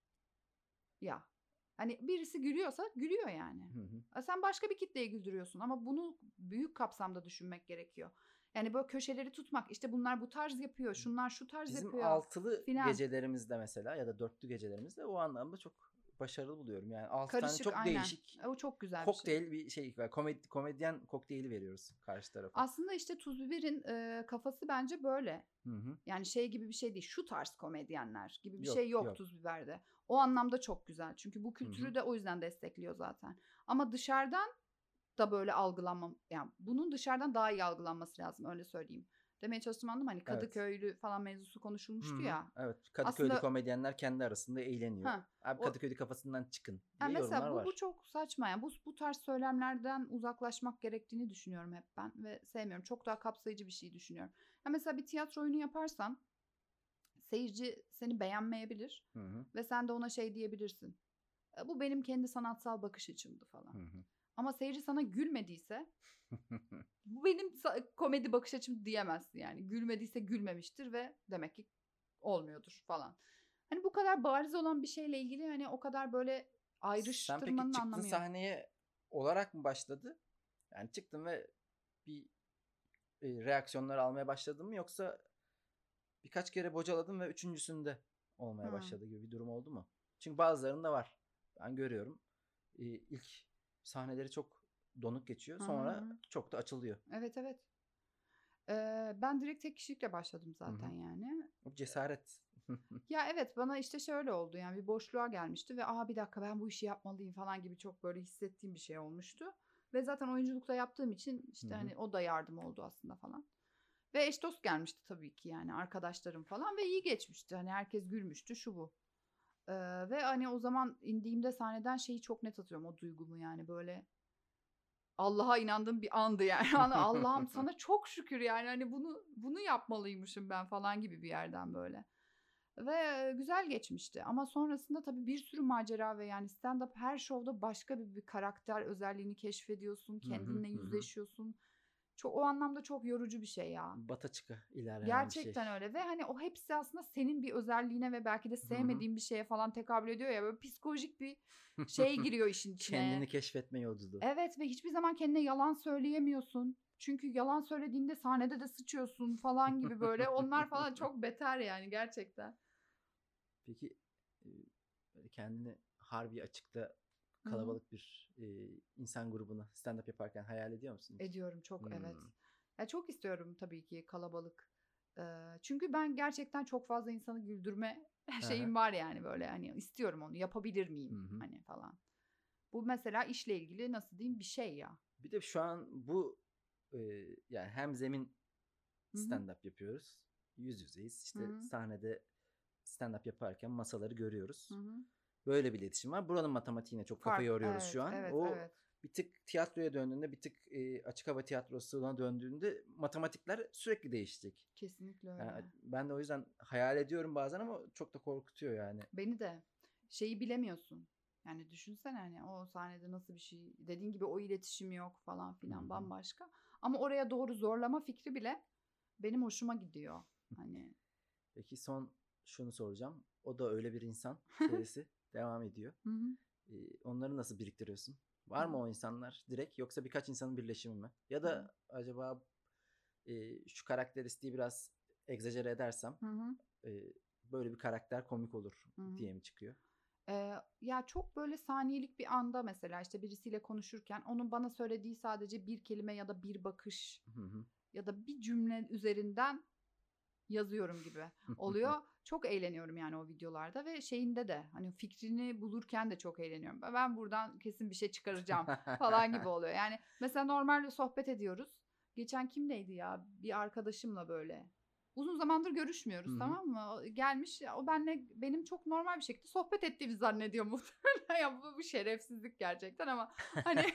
Ya. Hani birisi gülüyorsa gülüyor yani. Hı hı. E Sen başka bir kitleyi güldürüyorsun ama bunu büyük kapsamda düşünmek gerekiyor. Yani böyle köşeleri tutmak. İşte bunlar bu tarz yapıyor. Şunlar şu tarz Bizim yapıyor altılı filan. gecelerimizde mesela ya da dörtlü gecelerimizde o anlamda çok başarılı buluyorum. Yani altı tane Karışık, çok aynen. değişik E, o çok güzel bir şey. kokteyl bir şey var. Komedi, komedyen kokteyli veriyoruz karşı tarafa. Aslında işte Tuz Biber'in e, kafası bence böyle. Hı hı. Yani şey gibi bir şey değil. Şu tarz komedyenler gibi bir şey Yok, yok yok. Tuz Biber'de. O anlamda çok güzel. Çünkü bu Hı hı. kültürü de o yüzden destekliyor zaten. Ama dışarıdan da böyle algılanmam, yani bunun dışarıdan daha iyi algılanması lazım, öyle söyleyeyim. Demeye çalıştım, anladın mı? Hani Evet. Kadıköylü falan mevzusu Hı konuşulmuştu hı. ya. Evet. Kadıköy'de Aslında komedyenler kendi arasında eğleniyor. ha Abi o Kadıköy'de kafasından çıkın yani diye yorumlar mesela bu bu var. çok saçma yani, bu bu tarz söylemlerden uzaklaşmak gerektiğini düşünüyorum hep ben ve sevmiyorum. Çok daha kapsayıcı bir şey düşünüyorum. Ya mesela bir tiyatro oyunu yaparsan seyirci seni beğenmeyebilir Hı hı. ve sen de ona şey diyebilirsin. "E, Bu benim kendi sanatsal bakış açımdı" Hı falan. hı. Ama seyirci sana gülmediyse bu benim sa- komedi bakış açım diyemezsin yani. Gülmediyse gülmemiştir ve demek ki olmuyordur falan. Hani bu kadar bariz olan bir şeyle ilgili hani o kadar böyle Sen peki ayrıştırmanın çıktığın anlamı yok. sahneye olarak mı başladı? Yani çıktın ve bir e, reaksiyonları almaya başladın mı, yoksa birkaç kere bocaladın ve üçüncüsünde olmaya Hı. başladı gibi bir durum oldu mu? Çünkü bazılarında var. Ben görüyorum. E, ilk sahneleri çok donuk geçiyor. Hı hı Sonra hı. çok da açılıyor. Evet evet. Ee, ben direkt tek kişilikle başladım Hı zaten hı. yani. O cesaret. Ya evet bana işte şöyle oldu yani bir boşluğa gelmişti ve aa bir dakika ben bu işi yapmalıyım falan gibi çok böyle hissettiğim bir şey olmuştu. Ve zaten oyunculukta yaptığım için Hı işte hı. hani o da yardım oldu aslında falan. Ve eş dost gelmişti tabii ki yani arkadaşlarım falan ve iyi geçmişti. Hani herkes gülmüştü şu bu. Ee, ve hani o zaman indiğimde sahneden şeyi çok net atıyorum o duygumu yani böyle Allah'a inandığım bir andı yani. Hani Allah'ım sana çok şükür yani hani bunu bunu yapmalıymışım ben falan gibi bir yerden böyle. Ve güzel geçmişti ama sonrasında tabii bir sürü macera ve yani stand-up her şovda başka bir, bir karakter özelliğini keşfediyorsun, Hı hı, kendinle hı hı. yüzleşiyorsun. Çok o anlamda çok yorucu bir şey ya. Bata çıka ilerleyen bir şey. Gerçekten öyle ve hani o hepsi aslında senin bir özelliğine ve belki de Hı hı. sevmediğin bir şeye falan tekabül ediyor ya böyle psikolojik bir şey giriyor işin içine. Kendini keşfetme yolculuğu. Evet ve hiçbir zaman kendine yalan söyleyemiyorsun. Çünkü yalan söylediğinde sahnede de sıçıyorsun falan gibi böyle. Onlar falan çok beter yani gerçekten. Peki e, böyle kendini harbi açıkta Hı hı. kalabalık bir e, insan grubunu stand-up yaparken hayal ediyor musun hiç? Ediyorum çok evet. Hmm. Ya çok istiyorum tabii ki kalabalık. Ee, çünkü ben gerçekten çok fazla insanı güldürme Hı hı. şeyim var yani böyle hani istiyorum onu yapabilir Hı miyim hı. hani falan. Bu mesela işle ilgili nasıl diyeyim bir şey ya. Bir de şu an bu e, yani hem zemin Hı hı. stand-up yapıyoruz. Yüz yüzeyiz. Hı İşte hı. sahnede stand-up yaparken masaları Hı görüyoruz. hı. Böyle bir iletişim var. Buranın matematiğine çok kafa Fark yoruyoruz evet şu an. evet O evet. bir tık tiyatroya döndüğünde, bir tık e, açık hava tiyatrosuna döndüğünde matematikler sürekli değişecek. Kesinlikle Yani öyle. ben de o yüzden hayal ediyorum bazen ama çok da korkutuyor yani. Beni de şeyi bilemiyorsun. Yani düşünsene hani o sahnede nasıl bir şey dediğin gibi o iletişim yok falan Hı filan hı. bambaşka. Ama oraya doğru zorlama fikri bile benim hoşuma gidiyor. Hani Peki son şunu soracağım. O da öyle bir insan serisi devam ediyor. hı hı, Ee, onları nasıl biriktiriyorsun? hı Var hı, mı o insanlar direkt, yoksa birkaç insanın birleşimi mi? Ya hı hı, da acaba e, şu karakteristiği biraz egzajere edersem hı hı, e, böyle bir karakter komik olur hı hı. diye mi çıkıyor? Ee, ya çok böyle saniyelik bir anda mesela işte birisiyle konuşurken onun bana söylediği sadece bir kelime ya da bir bakış Hı hı. ya da bir cümle üzerinden yazıyorum gibi oluyor. Çok eğleniyorum yani o videolarda ve şeyinde de hani fikrini bulurken de çok eğleniyorum. Ben buradan kesin bir şey çıkaracağım falan gibi oluyor. Yani mesela normalde sohbet ediyoruz. Geçen kimleydi ya? Bir arkadaşımla böyle. Uzun zamandır Hı görüşmüyoruz hı. tamam mı? O gelmiş o benle benim çok normal bir şekilde sohbet ettiğimi zannediyor muhtemelen. Ya bu, bu şerefsizlik gerçekten ama hani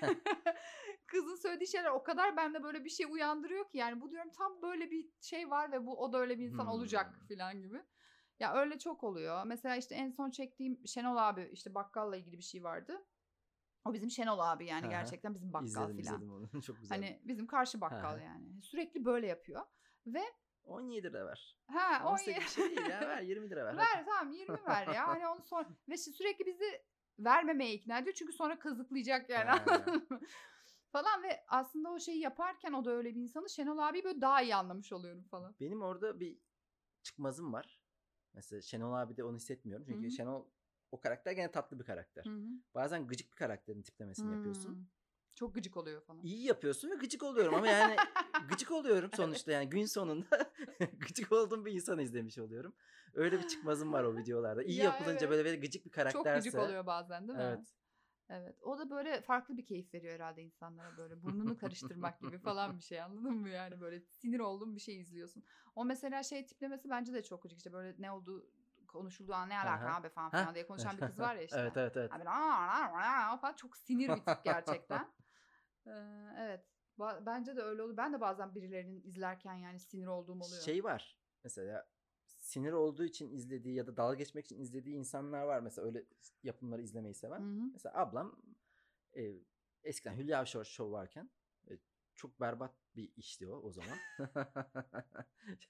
kızın söylediği şeyler o kadar bende böyle bir şey uyandırıyor ki yani bu diyorum tam böyle bir şey var ve bu o da öyle bir insan olacak Hmm. falan gibi. Ya öyle çok oluyor. Mesela işte en son çektiğim Şenol abi işte bakkalla ilgili bir şey vardı. O bizim Şenol abi Hı yani hı. gerçekten bizim bakkal İzledim filan. izledim onu. Çok güzeldi. Hani bizim karşı Hı bakkal hı. yani. Sürekli böyle yapıyor. Ve on yedi lira ver. ha o on sekiz bir şey değil ya, ver yirmi lira ver hadi. ver tamam yirmi ver ya. Hani onu sonra ve işte sürekli bizi vermemeye ikna ediyor. Çünkü sonra kazıklayacak yani. Ha. Anladın mı? Falan ve aslında o şeyi yaparken o da öyle bir insanı Şenol abi böyle daha iyi anlamış oluyorum falan. Benim orada bir çıkmazım var. Mesela Şenol abi de onu hissetmiyorum. Hı Çünkü hı. Şenol, o karakter gene tatlı bir Hı karakter. hı. Bazen gıcık bir karakterin tiplemesini yapıyorsun. Hmm. Çok gıcık oluyor falan. İyi yapıyorsun ve gıcık oluyorum ama yani gıcık oluyorum Evet. sonuçta, yani gün sonunda gıcık olduğum bir insan izlemiş oluyorum. Öyle bir çıkmazım var o videolarda. İyi Ya yapılınca evet. böyle, böyle gıcık bir Çok gıcık karakterse, oluyor bazen değil mi? evet. Evet. O da böyle farklı bir keyif veriyor herhalde insanlara böyle burnunu karıştırmak gibi falan bir şey anladın mı yani böyle sinir olduğun bir şey izliyorsun. O mesela şey tiplemesi bence de çok gıcık işte böyle ne olduğu konuşulduğu an ne alaka Aha. abi falan Hah. filan diye konuşan bir kız var ya Evet işte. evet evet. Abi falan çok sinir bir tip gerçekten. Ee, evet. Ba- bence de öyle oluyor. Ben de bazen birilerinin izlerken yani sinir olduğum oluyor. Şey var mesela, sinir olduğu için izlediği ya da dalga geçmek için izlediği insanlar var mesela, öyle yapımları izlemeyi Hı seven. hı. Mesela ablam e, eskiden Hülya Avşar Show varken e, çok berbat bir işti o o zaman.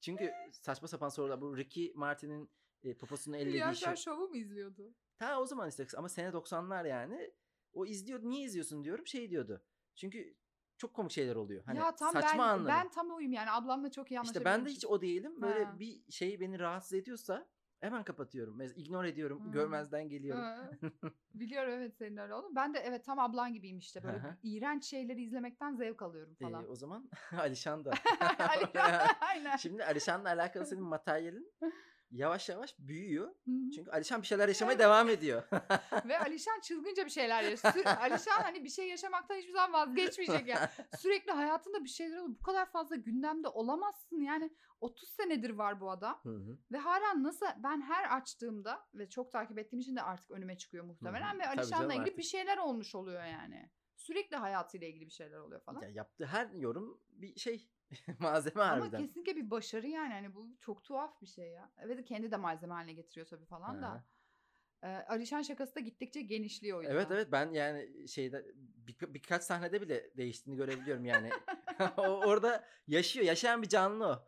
Çünkü saçma sapan sorular. Bu Ricky Martin'in e, poposunu ellediği Hülya şu. Şov'u mu izliyordu? Ta o zaman işte ama sene doksanlar yani. O izliyordu. Niye izliyorsun diyorum. Şey diyordu. Çünkü çok komik şeyler oluyor. Hani Ya tam saçma ben anları. ben tam oyum yani ablamla çok iyi İşte ben de anlaşabiliyormuşuz. hiç o değilim. Böyle Ha. bir şey beni rahatsız ediyorsa hemen kapatıyorum. Mesela ignore ediyorum. Hmm. Görmezden geliyorum. Ha. Biliyorum evet senin öyle oğlum. Ben de evet tam ablan gibiyim işte. Böyle Hı hı. iğrenç şeyleri izlemekten zevk alıyorum Ee, falan. o zaman Alişan da. Alişan, aynen. Şimdi Alişan'la alakalı senin materyalin yavaş yavaş büyüyor. Hı hı. Çünkü Alişan bir şeyler yaşamaya devam ediyor. Ve Alişan çılgınca bir şeyler yaşıyor. Sü- Alişan hani bir şey yaşamaktan hiçbir zaman vazgeçmeyecek yani. Sürekli hayatında bir şeyler oluyor. Bu kadar fazla gündemde olamazsın yani. otuz senedir var bu adam. Hı hı. Ve hala nasıl ben her açtığımda ve çok takip ettiğim için de artık önüme çıkıyor muhtemelen. Hı hı. Ve Tabii Alişan'la canım, ilgili artık. bir şeyler olmuş oluyor yani. Sürekli hayatıyla ilgili bir şeyler oluyor falan. Ya yaptığı her yorum bir şey malzeme Ama harbiden. kesinlikle bir başarı yani. Hani bu çok tuhaf bir şey ya. Evet kendi de malzeme haline getiriyor tabii falan Hı hı. da. Ee, Alişan şakası da gittikçe genişliyor o yüzden. Evet evet ben yani şeyde bir, birkaç sahnede bile değiştiğini görebiliyorum yani. O orada yaşıyor, yaşayan bir canlı o.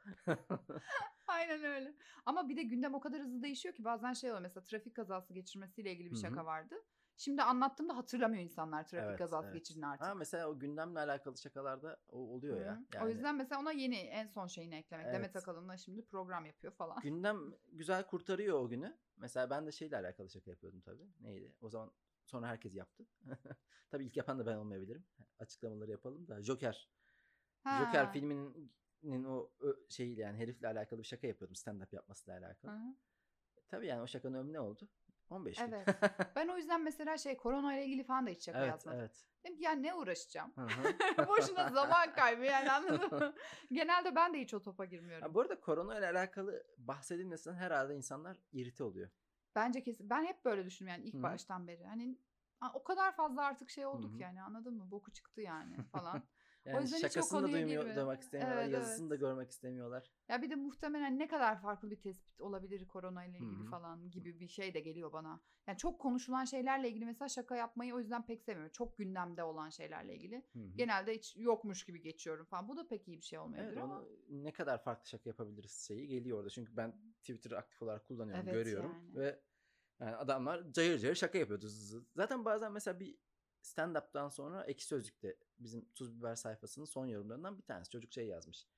Aynen öyle. Ama bir de gündem o kadar hızlı değişiyor ki bazen şey oluyor. Mesela trafik kazası geçirmesiyle ilgili bir Hı hı. şaka vardı. Şimdi anlattığımda hatırlamıyor insanlar trafik Evet, kazası evet. geçirdiğini artık. Ha mesela o gündemle alakalı şakalarda o oluyor Hı. ya. O Yani yüzden mesela ona yeni en son şeyini eklemek. Demet evet. Akalın'la şimdi program yapıyor falan. Gündem güzel kurtarıyor o günü. Mesela ben de şeyle alakalı şaka yapıyordum tabii. Neydi? O zaman sonra herkes yaptı. Tabii ilk yapan da ben olmayabilirim. Açıklamaları yapalım da. Joker. Joker Ha. filminin o ö- şeyiyle yani herifle alakalı bir şaka yapıyordum. Stand-up yapmasıyla alakalı. Hı hı. Tabii yani o şakanın ömrü ne oldu? on beş gün. Evet. Ben o yüzden mesela şey korona ile ilgili falan da hiç şaka Evet, yazmadım. evet. Dedim ki ya ne uğraşacağım? Hı hı. Boşuna zaman kaybı yani anladın mı? Genelde ben de hiç o topa Ha, girmiyorum. bu arada korona ile alakalı bahsedilmesinden herhalde insanlar irite oluyor. Bence kesin. Ben hep böyle düşünüyorum yani ilk Hı hı. baştan beri. Hani a- o kadar fazla artık şey Hı olduk hı. yani anladın mı? Boku çıktı yani falan. O Yani yüzden hiç o şakasını da konuya duymuyor, girmedim. duymak istemiyorlar. Evet Yazısını da evet. görmek istemiyorlar. Ya bir de muhtemelen ne kadar farklı bir tespit olabilir korona ile Hı ilgili hı. falan gibi bir şey de geliyor bana. Yani çok konuşulan şeylerle ilgili mesela şaka yapmayı o yüzden pek sevmiyorum. Çok gündemde olan şeylerle ilgili. Hı hı. Genelde hiç yokmuş gibi geçiyorum falan. Bu da pek iyi bir şey olmayabilir Evet ama. onu ne kadar farklı şaka yapabiliriz şeyi geliyor orada. Çünkü ben Twitter'ı aktif olarak kullanıyorum, Evet görüyorum. yani. Ve yani adamlar cayır cayır şaka yapıyordu. Zı zı. Zaten bazen mesela bir stand-up'tan sonra Ekşi Sözlük'te bizim Tuz Biber sayfasının son yorumlarından bir tanesi. Çocuk şey yazmış.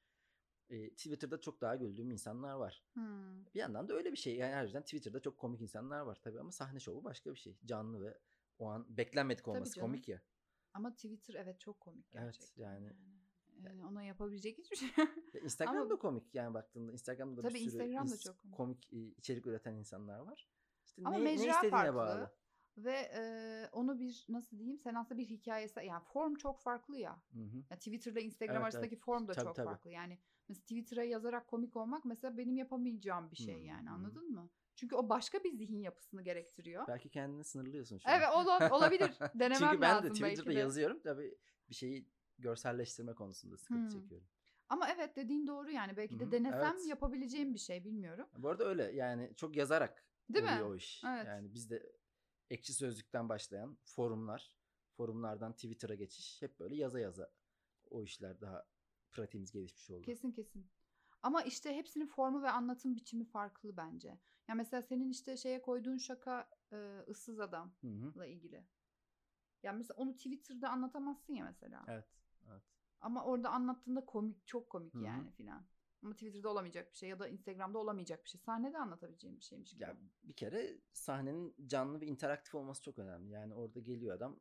E, Twitter'da çok daha güldüğüm insanlar var. Hmm. Bir yandan da öyle bir şey. Yani her yüzden Twitter'da çok komik insanlar var tabii ama sahne şovu başka bir şey. Canlı ve o an beklenmedik Tabii olması canım. komik ya. Ama Twitter evet çok komik Evet gerçekten yani. yani. Ee, ona yapabilecek hiçbir şey yok. Ya Instagram Ama da komik yani baktığında. Instagram'da da bir tabii sürü Instagram da ins- çok komik. komik e, içerik üreten insanlar var. İşte Ama ne, ne mecra istediğine farklı bağlı. ve e, onu bir nasıl diyeyim sen aslında bir hikayesi yani form çok farklı ya. Hı hı. Ya Twitter ile Instagram Evet evet. arasındaki form da Tabii çok tabii. farklı. Yani mesela Twitter'a yazarak komik olmak mesela benim yapamayacağım bir Hı şey yani hı. anladın mı? Çünkü o başka bir zihin yapısını gerektiriyor. Belki kendini sınırlıyorsun şu an. Evet ola- olabilir. Çünkü Denemem ben de lazım Twitter'da belki de. yazıyorum. Tabii bir şeyi görselleştirme konusunda sıkıntı Hmm. çekiyorum. Ama evet dediğin doğru yani Hı belki de hı. denesem Evet. yapabileceğim bir şey bilmiyorum. Bu arada öyle yani çok yazarak Değil oluyor mi? o iş. Evet. Yani bizde Ekşi Sözlük'ten başlayan forumlar, forumlardan Twitter'a geçiş hep böyle yaza yaza o işler daha pratiğimiz gelişmiş oldu. Kesin kesin. Ama işte hepsinin formu ve anlatım biçimi farklı bence. Ya mesela senin işte şeye koyduğun şaka e, ıssız Hı hı. adamla ilgili. Ya mesela onu Twitter'da anlatamazsın ya mesela. Evet, evet. Ama orada anlattığında komik, çok komik Hı hı. yani filan. Ama Twitter'da olamayacak bir şey ya da Instagram'da olamayacak bir şey. Sahnede anlatabileceğim bir şeymiş gibi. Ya bir kere sahnenin canlı ve interaktif olması çok önemli. Yani orada geliyor adam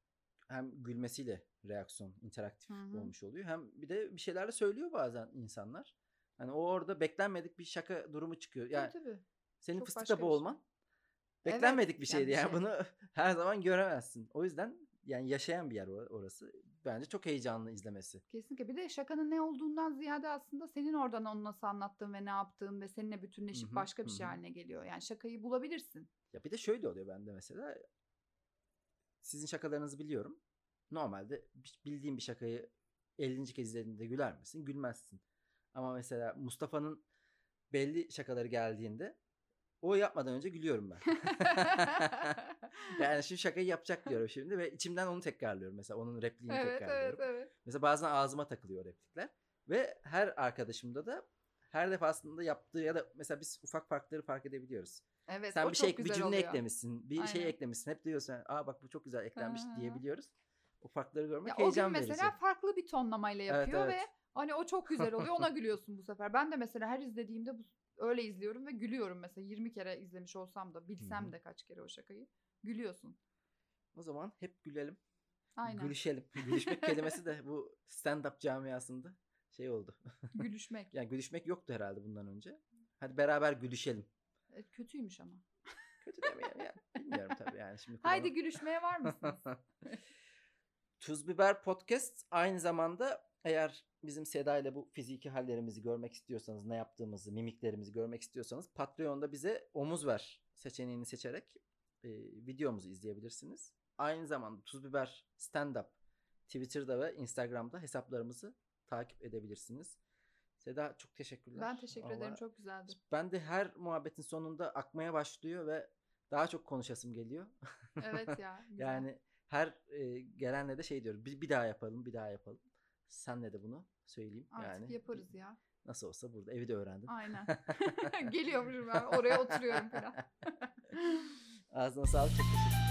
hem gülmesiyle reaksiyon interaktif Hı hı. olmuş oluyor. Hem bir de bir şeyler de söylüyor bazen insanlar. Hani o orada beklenmedik bir şaka durumu çıkıyor. Tabii Yani tabii. senin Çok fıstıkla başka bir şey. boğulman Evet beklenmedik bir yani şeydi. bir Yani şey. bunu her zaman göremezsin. O yüzden yani yaşayan bir yer or- orası. Bence çok heyecanlı izlemesi. Kesinlikle. Bir de şakanın ne olduğundan ziyade aslında senin oradan onu nasıl anlattığın ve ne yaptığın ve seninle Hı bütünleşip hı, başka hı bir şey hı. haline geliyor. Yani şakayı bulabilirsin. Ya bir de şöyle oluyor bende mesela. Sizin şakalarınızı biliyorum. Normalde bildiğim bir şakayı ellinci kez izlediğinde güler misin? Gülmezsin. Ama mesela Mustafa'nın belli şakaları geldiğinde o yapmadan önce gülüyorum ben. Yani şu şakayı yapacak diyorum şimdi ve içimden onu tekrarlıyorum. Mesela onun repliğini Evet, evet, tekrarlıyorum. evet. Mesela bazen ağzıma takılıyor o replikler. Ve her arkadaşımda da her defasında yaptığı ya da mesela biz ufak farkları fark edebiliyoruz. Evet, Sen o bir şey çok bir güzel cümle oluyor. eklemişsin, bir şey Aynen. eklemişsin. Hep diyorsun, aa bak bu çok güzel eklenmiş Hı. diyebiliyoruz. O farkları görmek Ya o gün heyecan mesela verici. farklı bir tonlamayla Evet yapıyor ve evet. hani o çok güzel oluyor. Ona gülüyorsun bu sefer. Ben de mesela her izlediğimde bu, öyle izliyorum ve gülüyorum mesela. yirmi kere izlemiş olsam da, Hı bilsem hı. de kaç kere o şakayı. Gülüyorsun. O zaman hep gülelim, Aynen. gülüşelim. Gülüşmek kelimesi de bu stand-up camiasında şey oldu. Gülüşmek. Yani gülüşmek yoktu herhalde bundan önce. Hadi beraber gülüşelim. E, kötüymüş ama. Kötü demeyelim yani. Bilmiyorum tabii yani şimdi Haydi kullanım. gülüşmeye var mısınız? Tuz Biber Podcast aynı zamanda eğer bizim Seda ile bu fiziki hallerimizi görmek istiyorsanız, ne yaptığımızı, mimiklerimizi görmek istiyorsanız Patreon'da bize omuz ver seçeneğini seçerek e, videomuzu izleyebilirsiniz. Aynı zamanda Tuz Biber Stand-Up Twitter'da ve Instagram'da hesaplarımızı takip edebilirsiniz. Seda çok teşekkürler. Ben teşekkür ederim. Vallahi Çok güzeldi. ben de her muhabbetin sonunda akmaya başlıyor ve daha çok konuşasım geliyor. Evet ya. Güzel. Yani her e, gelenle de şey diyorum. Bir, bir daha yapalım, bir daha yapalım. Senle de bunu söyleyeyim. Artık yani yaparız ya. nasıl olsa burada evi de öğrendim. Aynen. Geliyormuşum ben. Oraya oturuyorum falan. Ağzına sağlık. Çok teşekkür